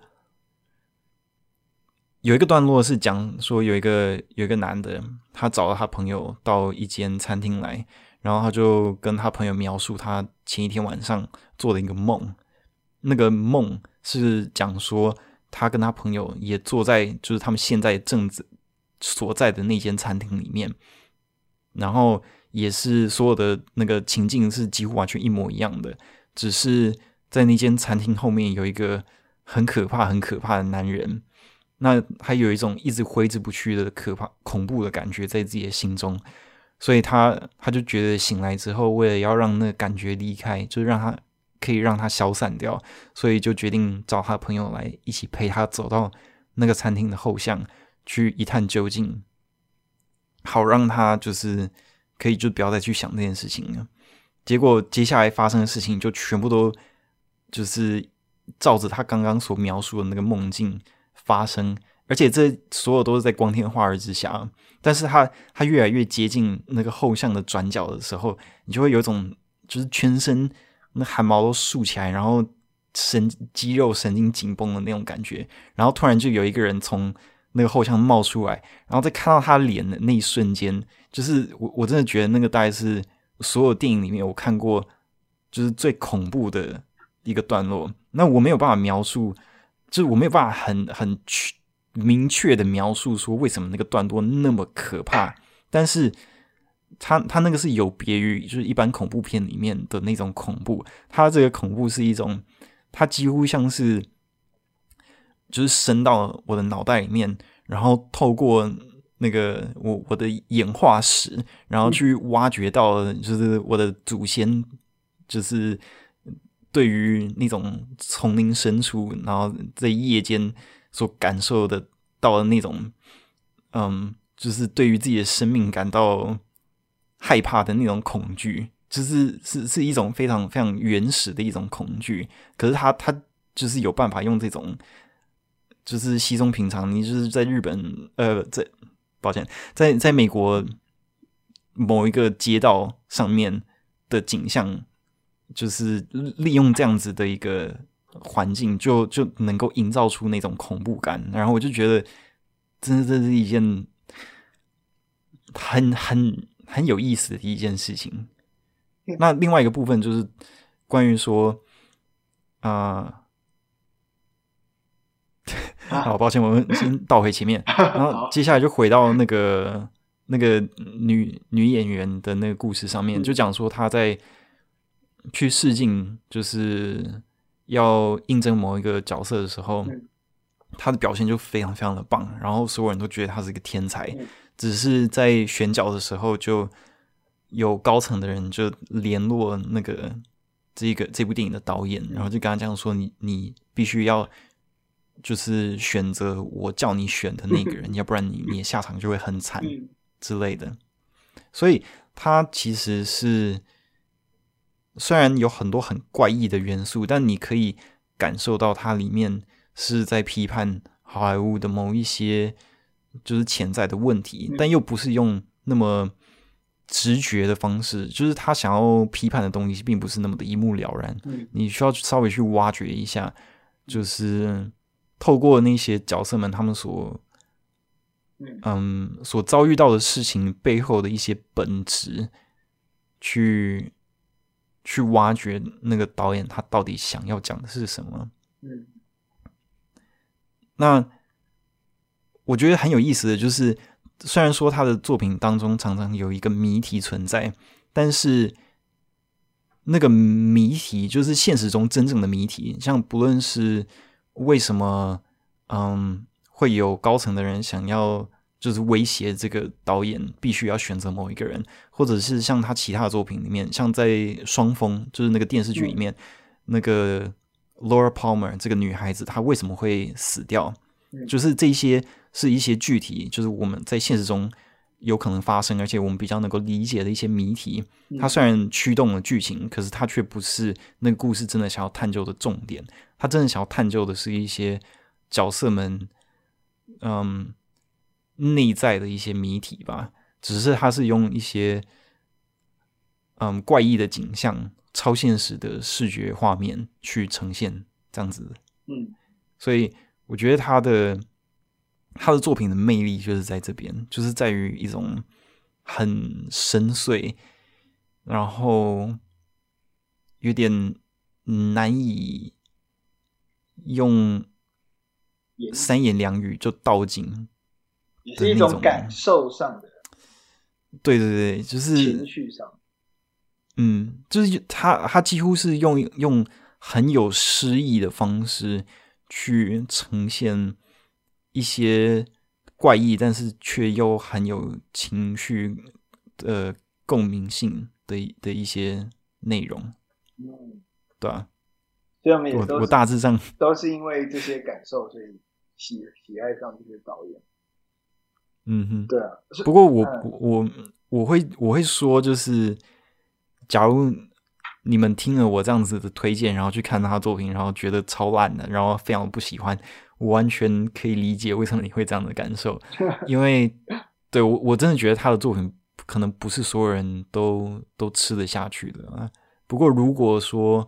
有一个段落是讲说有一个有一个男的，他找了他朋友到一间餐厅来，然后他就跟他朋友描述他前一天晚上做的一个梦。那个梦是讲说，他跟他朋友也坐在就是他们现在正所在的那间餐厅里面，然后也是所有的那个情境是几乎完全一模一样的，只是在那间餐厅后面有一个很可怕、很可怕的男人，那还有一种一直挥之不去的可怕、恐怖的感觉在自己的心中， 所以他他就觉得醒来之后，为了要让那个感觉离开，就是让他可以让他消散掉，所以就决定找他朋友来一起陪他走到那个餐厅的后巷去一探究竟，好让他就是可以就不要再去想这件事情了。结果接下来发生的事情就全部都就是照着他刚刚所描述的那个梦境发生，而且这所有都是在光天化日之下。但是他他越来越接近那个后巷的转角的时候，你就会有一种就是全身那汗毛都竖起来，然后神肌肉神经紧绷的那种感觉。然后突然就有一个人从那个后巷冒出来，然后再看到他脸的那一瞬间，就是我我真的觉得那个大概是所有电影里面我看过就是最恐怖的一个段落。那我没有办法描述，就是我没有办法很很明确的描述说为什么那个段落那么可怕，但是他他那个是有别于就是一般恐怖片里面的那种恐怖，他这个恐怖是一种，他几乎像是就是伸到我的脑袋里面，然后透过那个我我的演化史，然后去挖掘到就是我的祖先就是对于那种丛林深处，然后在夜间所感受的到的那种，嗯，就是对于自己的生命感到害怕的那种恐惧，就是是是一种非常非常原始的一种恐惧。可是他他就是有办法用这种，就是稀松平常，你就是在日本，呃，在抱歉，在在美国某一个街道上面的景象，就是利用这样子的一个环境就就能够营造出那种恐怖感，然后我就觉得真的这是一件很很很有意思的一件事情。那另外一个部分就是关于说啊、呃，好抱歉，我们先倒回前面，然后接下来就回到那个那个女女演员的那个故事上面，就讲说她在去试镜，就是要应征某一个角色的时候，他的表现就非常非常的棒，然后所有人都觉得他是一个天才，只是在选角的时候，就有高层的人就联络那个这个这部电影的导演，然后就跟他讲说，你你必须要就是选择我叫你选的那个人，要不然你你的下场就会很惨之类的。所以他其实是虽然有很多很怪异的元素，但你可以感受到它里面是在批判好莱坞的某一些就是潜在的问题，但又不是用那么直觉的方式，就是他想要批判的东西并不是那么的一目了然，你需要稍微去挖掘一下，就是透过那些角色们他们所嗯所遭遇到的事情背后的一些本质，去去挖掘那个导演他到底想要讲的是什么。嗯，那我觉得很有意思的就是，虽然说他的作品当中常常有一个谜题存在，但是那个谜题就是现实中真正的谜题，像不论是为什么嗯会有高层的人想要就是威胁这个导演必须要选择某一个人，或者是像他其他的作品里面，像在《双峰》就是那个电视剧里面，嗯、那个 Laura Palmer 这个女孩子她为什么会死掉，嗯、就是这些是一些具体就是我们在现实中有可能发生，而且我们比较能够理解的一些谜题。它虽然驱动了剧情，可是它却不是那个故事真的想要探究的重点。它真的想要探究的是一些角色们嗯内在的一些谜题吧，只是它是用一些嗯怪异的景象、超现实的视觉画面去呈现这样子。嗯，所以我觉得他的他的作品的魅力就是在这边，就是在于一种很深邃，然后有点难以用三言两语就道尽， 也是一种感受上的， 对对对，就是情绪上， 嗯，就是他他几乎是用用很有诗意的方式去呈现一些怪异，但是却又很有情绪呃共鸣性的的一些内容， 嗯， 对啊， 所以我们也都我我大致上都是因为这些感受，所以喜喜爱上这些导演。 嗯哼， 对啊。 不过我、 嗯、 我我会我会说，就是假如你们听了我这样子的推荐，然后去看他的作品，然后觉得超烂的，然后非常不喜欢，我完全可以理解为什么你会这样的感受，因为对我我真的觉得他的作品可能不是所有人都都吃得下去的啊。不过如果说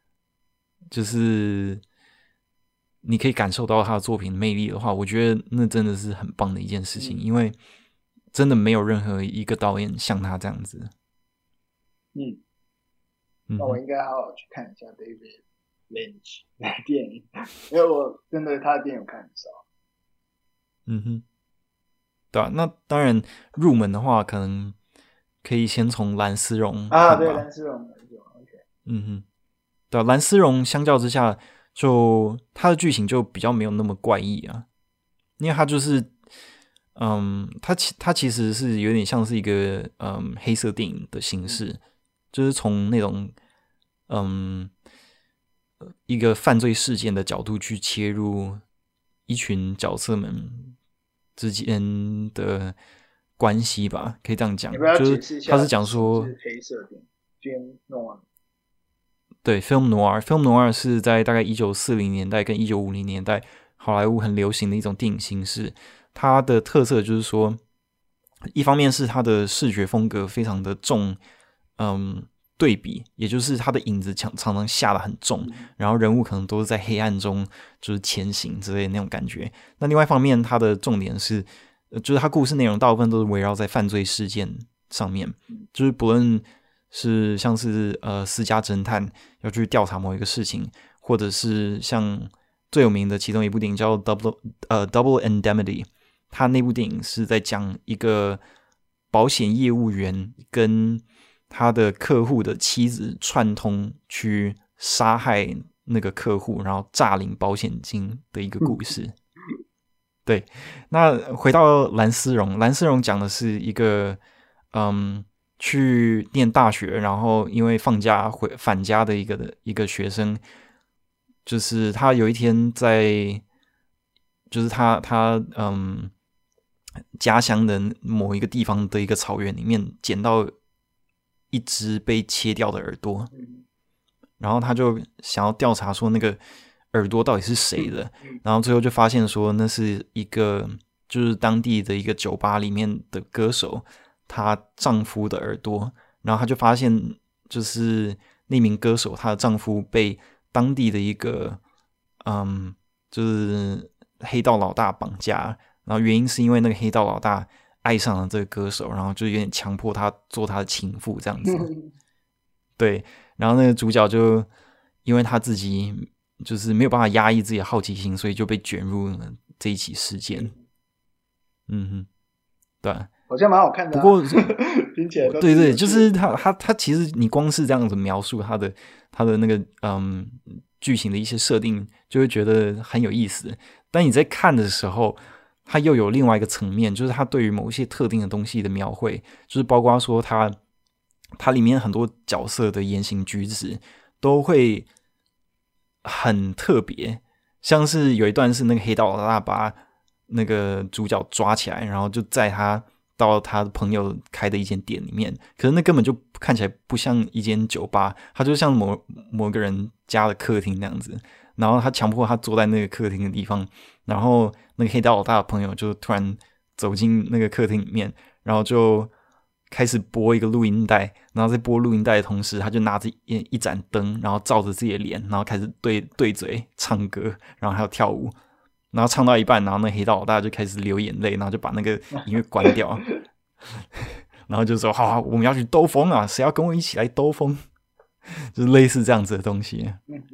就是你可以感受到他的作品魅力的话，我觉得那真的是很棒的一件事情， 嗯、 因为真的没有任何一个导演像他这样子。 嗯， 嗯那我应该好好去看一下 David Lynch 的电影，因为我真的他的电影看很少。 嗯哼，对啊，那当然入门的话，可能可以先从蓝丝绒啊， 看吧。 对，蓝丝绒，蓝丝绒 ，OK。 嗯哼，对啊，蓝丝绒相较之下，就它的剧情就比较没有那么怪异啊，因为它就是，嗯，它其它其实是有点像是一个嗯黑色电影的形式，嗯、就是从那种嗯一个犯罪事件的角度去切入一群角色们之间的关系吧，可以这样讲。 你不要就是解释一下他是讲说， 是黑色电影 ，Film Noir。 对 ，Film Noir，Film Noir 是在大概一九四零年代跟一九五零年代好莱坞很流行的一种电影形式。它的特色就是说，一方面是它的视觉风格非常的重，嗯，对比，也就是它的影子常常常下得很重，然后人物可能都是在黑暗中就是前行之类的那种感觉。那另外一方面，它的重点是，就是它故事内容大部分都是围绕在犯罪事件上面，就是不论是像是呃私家侦探要去调查某一个事情，或者是像最有名的其中一部电影叫 Double 呃 Double Indemnity， 他那部电影是在讲一个保险业务员跟他的客户的妻子串通去杀害那个客户，然后诈领保险金的一个故事。对，那回到蓝丝绒，蓝丝绒讲的是一个嗯。去念大学，然后因为放假回返家的一个一个学生，就是他有一天在，就是他他嗯家乡的某一个地方的一个草原里面捡到一只被切掉的耳朵，然后他就想要调查说那个耳朵到底是谁的，然后最后就发现说那是一个就是当地的一个酒吧里面的歌手她丈夫的耳朵，然后她就发现，就是那名歌手她的丈夫被当地的一个嗯，就是黑道老大绑架，然后原因是因为那个黑道老大爱上了这个歌手，然后就有点强迫他做他的情妇这样子。对，然后那个主角就因为他自己就是没有办法压抑自己的好奇心，所以就被卷入了这一起事件。嗯哼，对。 好像蛮好看的、 啊，不过听起来都对对，就是他他他其实你光是这样子描述他的他的那个嗯剧情的一些设定，就会觉得很有意思。但你在看的时候，他又有另外一个层面，就是他对于某一些特定的东西的描绘，就是包括说他他里面很多角色的言行举止都会很特别，像是有一段是那个黑道老大把那个主角抓起来，然后就在他到他的朋友开的一间店里面，可是那根本就看起来不像一间酒吧，他就像某某个人家的客厅那样子。然后他强迫他坐在那个客厅的地方，然后那个黑道老大的朋友就突然走进那个客厅里面，然后就开始播一个录音带，然后在播录音带的同时，他就拿着一一盏灯，然后照着自己的脸，然后开始对对嘴唱歌，然后还有跳舞。然后唱到一半，然后那黑道老大就开始流眼泪，然后就把那个音乐关掉，然后就说：“好好，我们要去兜风啊，谁要跟我一起来兜风？”就是类似这样子的东西。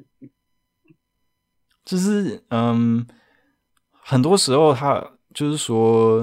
就是嗯，很多时候他就是说，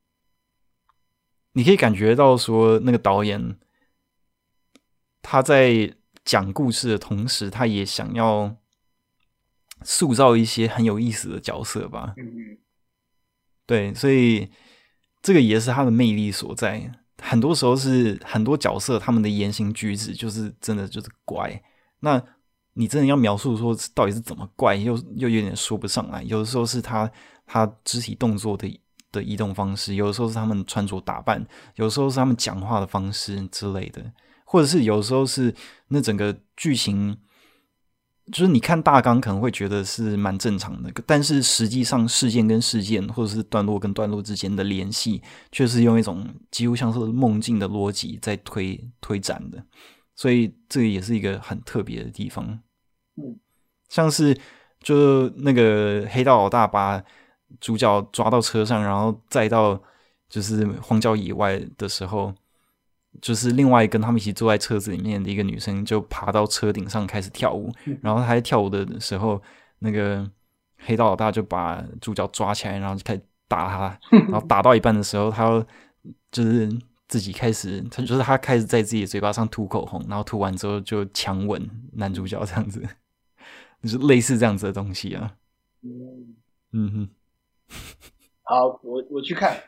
你可以感觉到说，那个导演他在讲故事的同时，他也想要塑造一些很有意思的角色吧。对，所以这个也是他的魅力所在。 很多时候是很多角色他们的言行举止就是真的就是怪，那你真的要描述说到底是怎么怪，又又有点说不上来。有的时候是他他肢体动作的的移动方式，有的时候是他们穿着打扮，有的时候是他们讲话的方式之类的，或者是有的时候是那整个剧情，就是你看大纲可能会觉得是蛮正常的，但是实际上事件跟事件或者是段落跟段落之间的联系，却是用一种几乎像是梦境的逻辑在推推展的。所以这个也是一个很特别的地方， 嗯， 像是就那个黑道老大把主角抓到车上，然后载到就是荒郊野外的时候，就是另外跟他们一起坐在车子里面的一个女生就爬到车顶上开始跳舞，然后她在跳舞的时候，那个黑道老大就把主角抓起来，然后就开始打他，然后打到一半的时候，他就是自己开始，他就是他开始在自己的嘴巴上涂口红，然后涂完之后就强吻男主角这样子，就是类似这样子的东西啊。嗯嗯哼， 好，我我去看。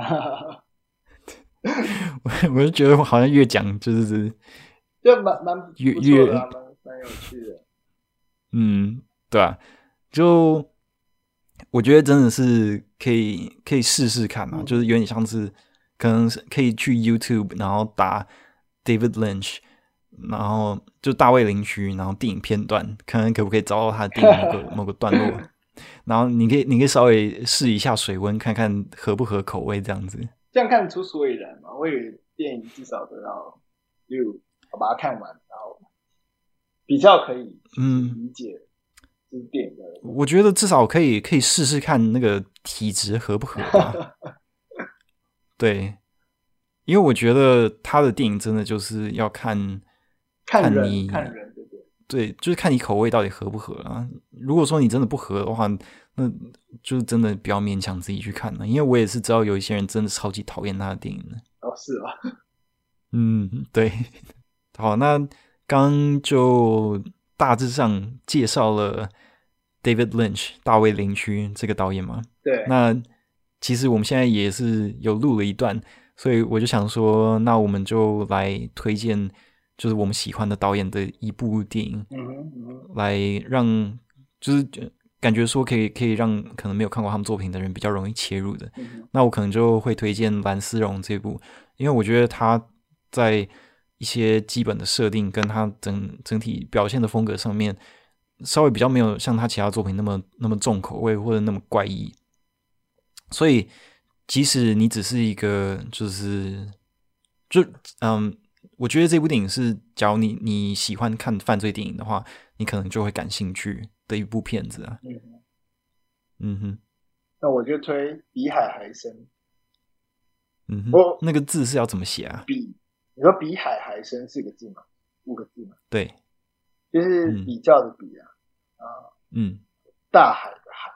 我我就觉得我好像越讲就是就蛮蛮越不错的、 越啊，蛮蛮有趣的。 嗯，对啊，就我觉得真的是可以可以试试看啊，嗯、就是有点像是可能是可以去 YouTube， 然后打 David Lynch， 然后就大卫林区，然后电影片段，看看可不可以找到他的电影某个某个段落，然后你可以你可以稍微试一下水温，看看合不合口味这样子。 这样看出所以然嘛？我以为电影至少都要六，我把它看完，然后比较可以理解这电影的、 嗯。我觉得至少可以可以试试看那个体质合不合吧。对，因为我觉得他的电影真的就是要看看人你看人，对不对？ 对，就是看你口味到底合不合啊。如果说你真的不合的话，那就是真的不要勉强自己去看了。因为我也是知道有一些人真的超级讨厌他的电影的。 哦，是啊。 嗯，对。好，那刚就大致上介绍了 David Lynch 大卫林区这个导演嘛。 对。 那其实我们现在也是有录了一段，所以我就想说，那我们就来推荐就是我们喜欢的导演的一部电影， 嗯哼嗯哼， 来让就是感觉说可以可以让可能没有看过他们作品的人比较容易切入的。 嗯、 那我可能就会推荐蓝丝绒这部，因为我觉得他在一些基本的设定跟他整整体表现的风格上面，稍微比较没有像他其他作品那么那么重口味或者那么怪异。所以即使你只是一个就是就嗯，我觉得这部电影是假如你你喜欢看犯罪电影的话，你可能就会感兴趣的一部片子啊。 嗯哼， 嗯哼， 那我就推比海还深。 嗯哼，我那个字是要怎么写啊？ 比你说比海还深四个字吗？五个字吗？ 对， 就是比较的比啊，啊、 嗯， 大海的海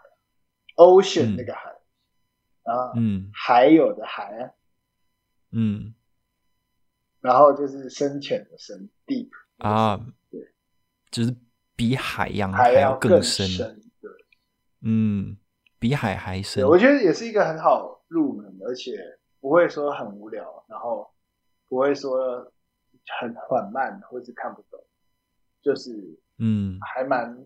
，ocean 那个海。嗯啊， 嗯， 还有的还， 嗯， 然后就是深浅的深 ，deep 啊， 对， 就是比海洋还要更深， 对， 嗯，比海还深。 我觉得也是一个很好入门，而且不会说很无聊，然后不会说很缓慢或是看不懂，就是嗯， 还蛮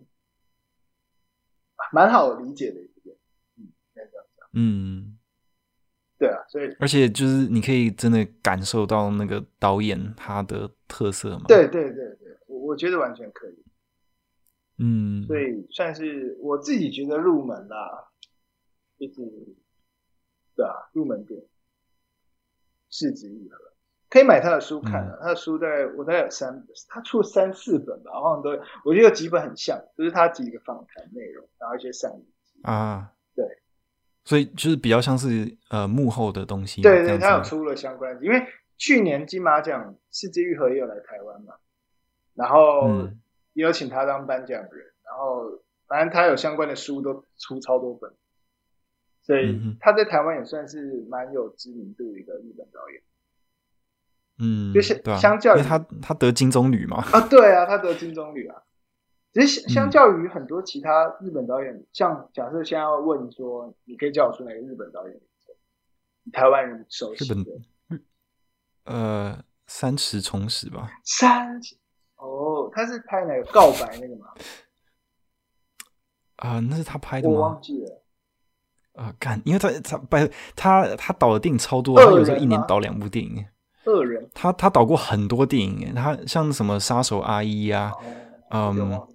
蛮好理解的一点，嗯，应该这样讲， 嗯。 对啊，所以而且就是你可以真的感受到那个导演他的特色嘛？ 对对对对，我我觉得完全可以。 嗯， 所以算是我自己觉得入门啦，就是对啊，入门点，市值一合，可以买他的书看啊。嗯、他的书在我大概有三，他出了三四本吧，好像都，我觉得有几本很像，就是他几个访谈内容，然后一些善意啊， 对。 所以就是比较像是呃幕后的东西， 对对，他有出了相关，因为去年金马奖四之愈合也有来台湾嘛，然后也有请他当颁奖人，然后反正他有相关的书都出超多本，所以他在台湾也算是蛮有知名度的一个日本导演。 嗯， 就是对啊， 相较于因为他他得金棕榈嘛， 啊，对啊，他得金棕榈啊。只是相较于很多其他日本导演，嗯、像假设现在要问说，你可以叫我出哪个日本导演？台湾人熟悉的， 呃，三尺重石吧。 三哦，他是拍哪个告白那个吗？ 啊、呃，那是他拍的我吗？ 忘记了。 啊、呃，干，因为他他拍他他导的电影超多，他有时候一年导两部电影。 恶人， 他他导过很多电影，他像什么杀手阿姨呀、啊， 哦、 嗯，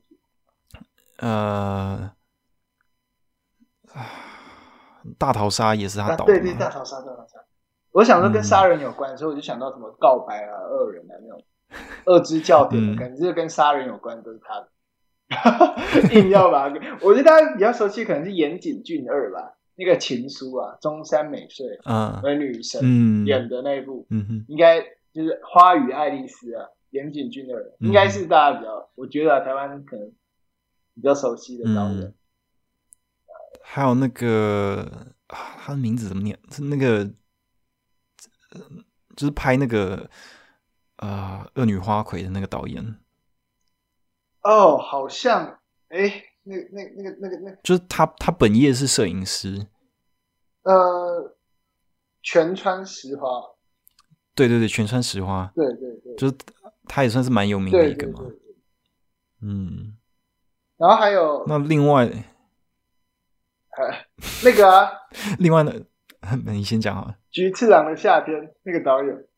呃，大逃杀也是他导的、啊。 对对，大逃杀，大逃杀。我想说跟杀人有关，嗯、所以我就想到什么告白啊、恶人啊那种恶之教典的感觉，这、嗯、跟杀人有关都是他的。硬要把它，我觉得大家比较熟悉可能是岩井俊二吧，那个情书啊，中山美穗啊，和女神、嗯、演的那一部，嗯、应该就是花与爱丽丝啊，岩井俊二，应该是大家比较，我觉得、啊、台湾可能比较熟悉的导演。嗯、 还有那个啊，他的名字怎么念？是那个，就是拍那个呃《恶女花魁》的那个导演。 哦，好像，哎，那那那个那个那个， 就是他，他本业是摄影师。 呃，全川石花。 对对对，全川石花。 对对对， 就是他也算是蛮有名的一个嘛。对对对对， 嗯。然后还有那另外， 呃，那个啊， 另外呢，你先讲啊。 菊次郎的夏天那个导演，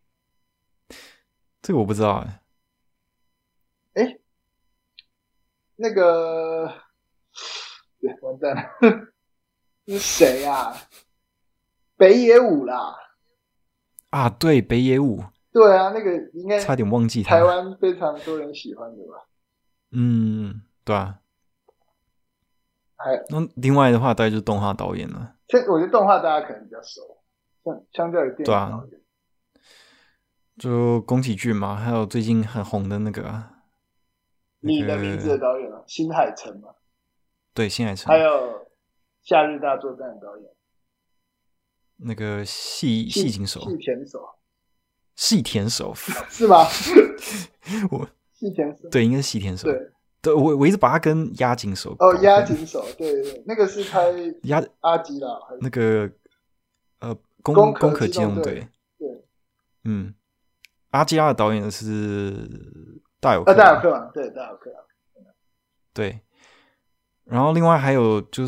这个我不知道哎、 欸。哎。那个，对，完蛋了，是谁啊？北野武啦。 啊，对，北野武。 对啊，那个应该差点忘记他。 台湾非常多人喜欢的吧？ 嗯，对啊。 还那另外的话，大概就是动画导演了。 这我觉得动画大家可能比较熟，相相较于电影导演。对啊。 就宫崎骏嘛，还有最近很红的那个。 你的名字的导演啊，新海诚嘛。 对，新海诚。 还有《夏日大作战》的导演， 那个细细井守。 细田守。 细田守是吗？ 我细田守。 对，应该是细田守。 对， 对我我一直把他跟押井守。 哦，押井守，对对对，那个是拍押阿基拉， 那个呃攻攻壳机动队。 对， 嗯，阿基拉的导演是大友克。 啊，大友克嘛，对，大友克。 对，然后另外还有就是，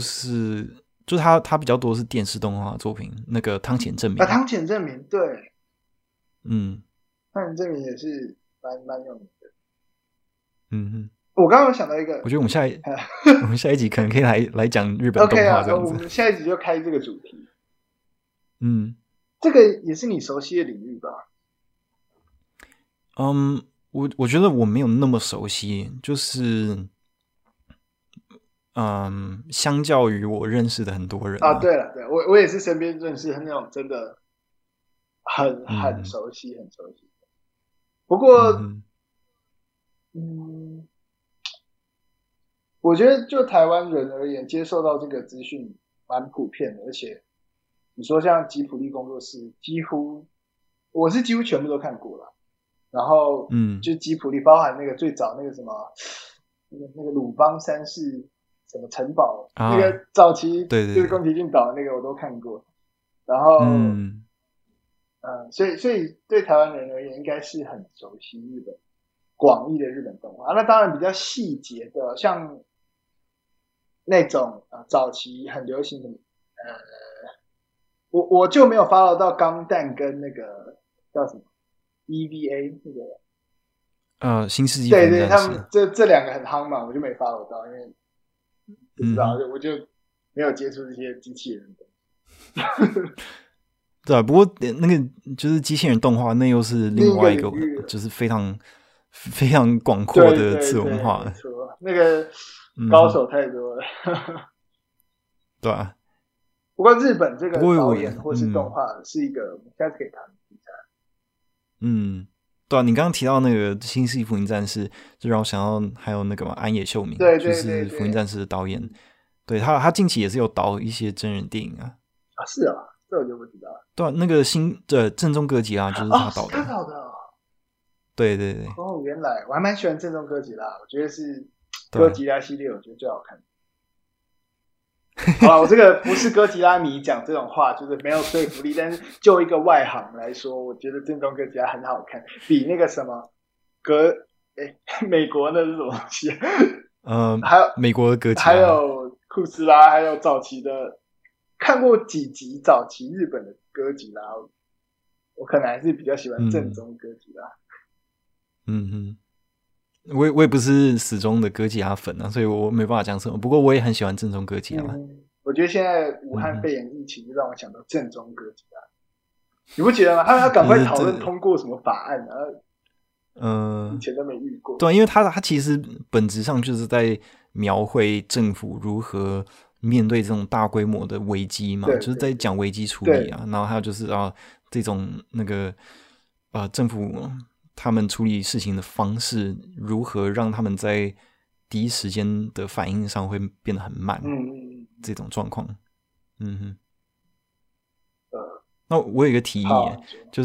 就是他他比较多是电视动画作品，那个汤浅政明啊，汤浅政明，对， 嗯， 汤浅政明也是蛮蛮有名的。 嗯哼， 我刚刚有想到一个， 我觉得我们下一我们下一集可能可以来来讲日本动画这样子。 OK 啊，我们下一集就开这个主题。 嗯， 这个也是你熟悉的领域吧？ 嗯，我我觉得我没有那么熟悉，就是。嗯，相较于我认识的很多人啊, 啊，对了，对我我也是身边认识那种真的很很熟悉、嗯、很熟悉。不过，嗯, 嗯，我觉得就台湾人而言，接受到这个资讯蛮普遍的，而且你说像吉普力工作室，几乎我是几乎全部都看过了。然后，嗯，就吉普力包含那个最早那个什么，那个那个鲁邦三世。什么城堡、啊、那个早期就是宫崎骏导的那个我都看过，然后嗯、呃，所以所以对台湾人而言应该是很熟悉日本广义的日本动画、啊、那当然比较细节的像那种、呃、早期很流行的呃，我我就没有 follow 到钢弹跟那个叫什么 E V A 那个呃新世纪对对，他们这这两个很夯嘛，我就没 follow 到，因为不知道、嗯、我就没有接触这些机器人的。 对啊，不过那个就是机器人动画，那又是另外一个，就是非常非常广阔的次文化。 对对对，没错，那个高手太多了。嗯、 对啊。 不过日本这个导演或是动画是一个，我们下次可以谈题材。 嗯。对啊，你刚刚提到那个《新世纪福音战士》，就让我想到还有那个嘛安野秀明， 对对对对就是《福音战士》的导演，对他他近期也是有导一些真人电影啊。 啊，是啊，这我就不知道了。 对啊，那个新的正宗哥吉拉就是他导的。 哦，他导的、哦。 对对对。 哦，原来我还蛮喜欢正宗哥吉拉，我觉得是哥吉拉系列，我觉得最好看。 好了，我这个不是哥吉拉迷讲这种话，就是没有说服力。但是就一个外行来说，我觉得正宗哥吉拉很好看，比那个什么哥哎美国那是什么东西？ 呃， 还有美国的哥吉拉， 还有库斯拉，还有早期的，看过几集早期日本的哥吉拉，我可能还是比较喜欢正宗哥吉拉。 嗯哼。我也我也不是死忠的哥吉拉粉啊，所以我没办法讲什么。不过我也很喜欢正宗哥吉拉。 嗯，我觉得现在武汉肺炎疫情就让我想到正宗哥吉拉，嗯、你不觉得吗？他们要赶快讨论通过什么法案啊？嗯，以前都没遇过。 对，因为他他其实本质上就是在描绘政府如何面对这种大规模的危机嘛，就是在讲危机处理啊。然后还有就是啊，这种那个呃政府。他们处理事情的方式如何让他们在第一时间的反应上会变得很慢， 嗯， 这种状况，嗯哼。呃，那我有一个提议，就是，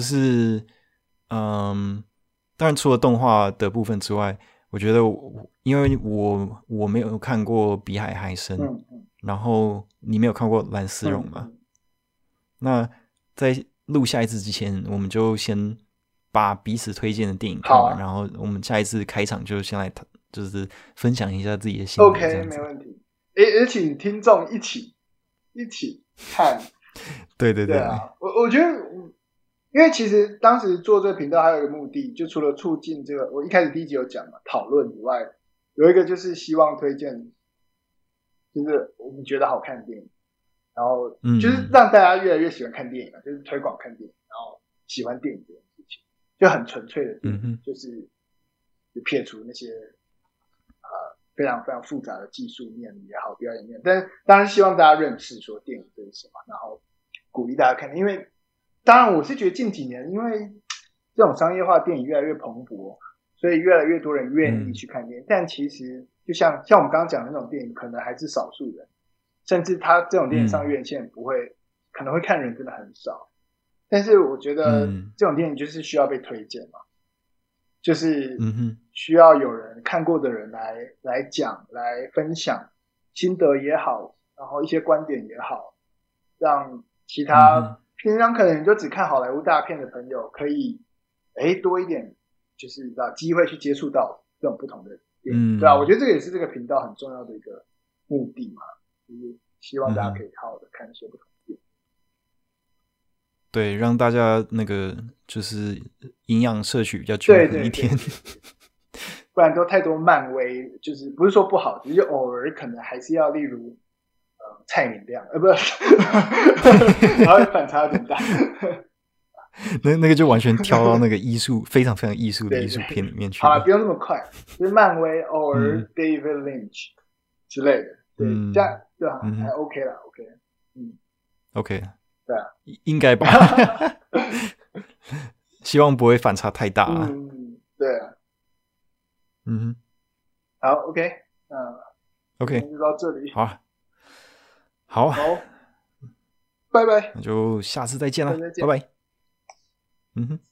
嗯，当然除了动画的部分之外，我觉得我因为我我没有看过《比海还深》， 嗯嗯， 然后你没有看过《蓝丝绒》嘛？嗯、那在录下一次之前，我们就先。把彼此推荐的电影看完，啊、然后我们下一次开场就先来，就是分享一下自己的心得。 OK， 没问题。也也请听众一起一起看。 对对 对, 对啊，我我觉得，因为其实当时做这个频道还有一个目的，就除了促进这个，我一开始第一集有讲嘛，讨论以外，有一个就是希望推荐，就是我们觉得好看的电影，然后就是让大家越来越喜欢看电影嘛，就是推广看电影，然后喜欢电影这件事情。就很纯粹的电影，嗯、就是就撇除那些呃非常非常复杂的技术面也好，表演面，但是当然希望大家认识说电影这是什么，然后鼓励大家看。因为当然我是觉得近几年因为这种商业化电影越来越蓬勃，所以越来越多人愿意去看电影。嗯、但其实就像像我们刚刚讲的那种电影，可能还是少数人，甚至他这种电影上院线不会，嗯、可能会看人真的很少。但是我觉得这种电影就是需要被推荐嘛，嗯、就是需要有人看过的人来来讲、来分享心得也好，然后一些观点也好，让其他平常可能就只看好莱坞大片的朋友可以诶多一点，就是找机会去接触到这种不同的电影，嗯、对啊，我觉得这个也是这个频道很重要的一个目的嘛，就是希望大家可以好好的看一些不同。 对，让大家那个就是营养摄取比较均衡一点， 对对对对不然都太多漫威，就是不是说不好，只是偶尔可能还是要，例如呃蔡明亮，呃不是，然后反差有点大。 那那个就完全跳到那个艺术非常非常艺术的艺术片里面去了。 好了，不用那么快，就是漫威偶尔 David Lynch 之类的，对，嗯、这样对啊，嗯、还 OK 啦 ，OK， 嗯 ，OK。 对啊， 应该吧，希望不会反差太大、啊。 嗯，对啊， 嗯， 好 ，OK， 嗯 ，OK， 就到这里， 好、啊，好， 好，拜拜， 那就下次再见了，拜拜，嗯哼。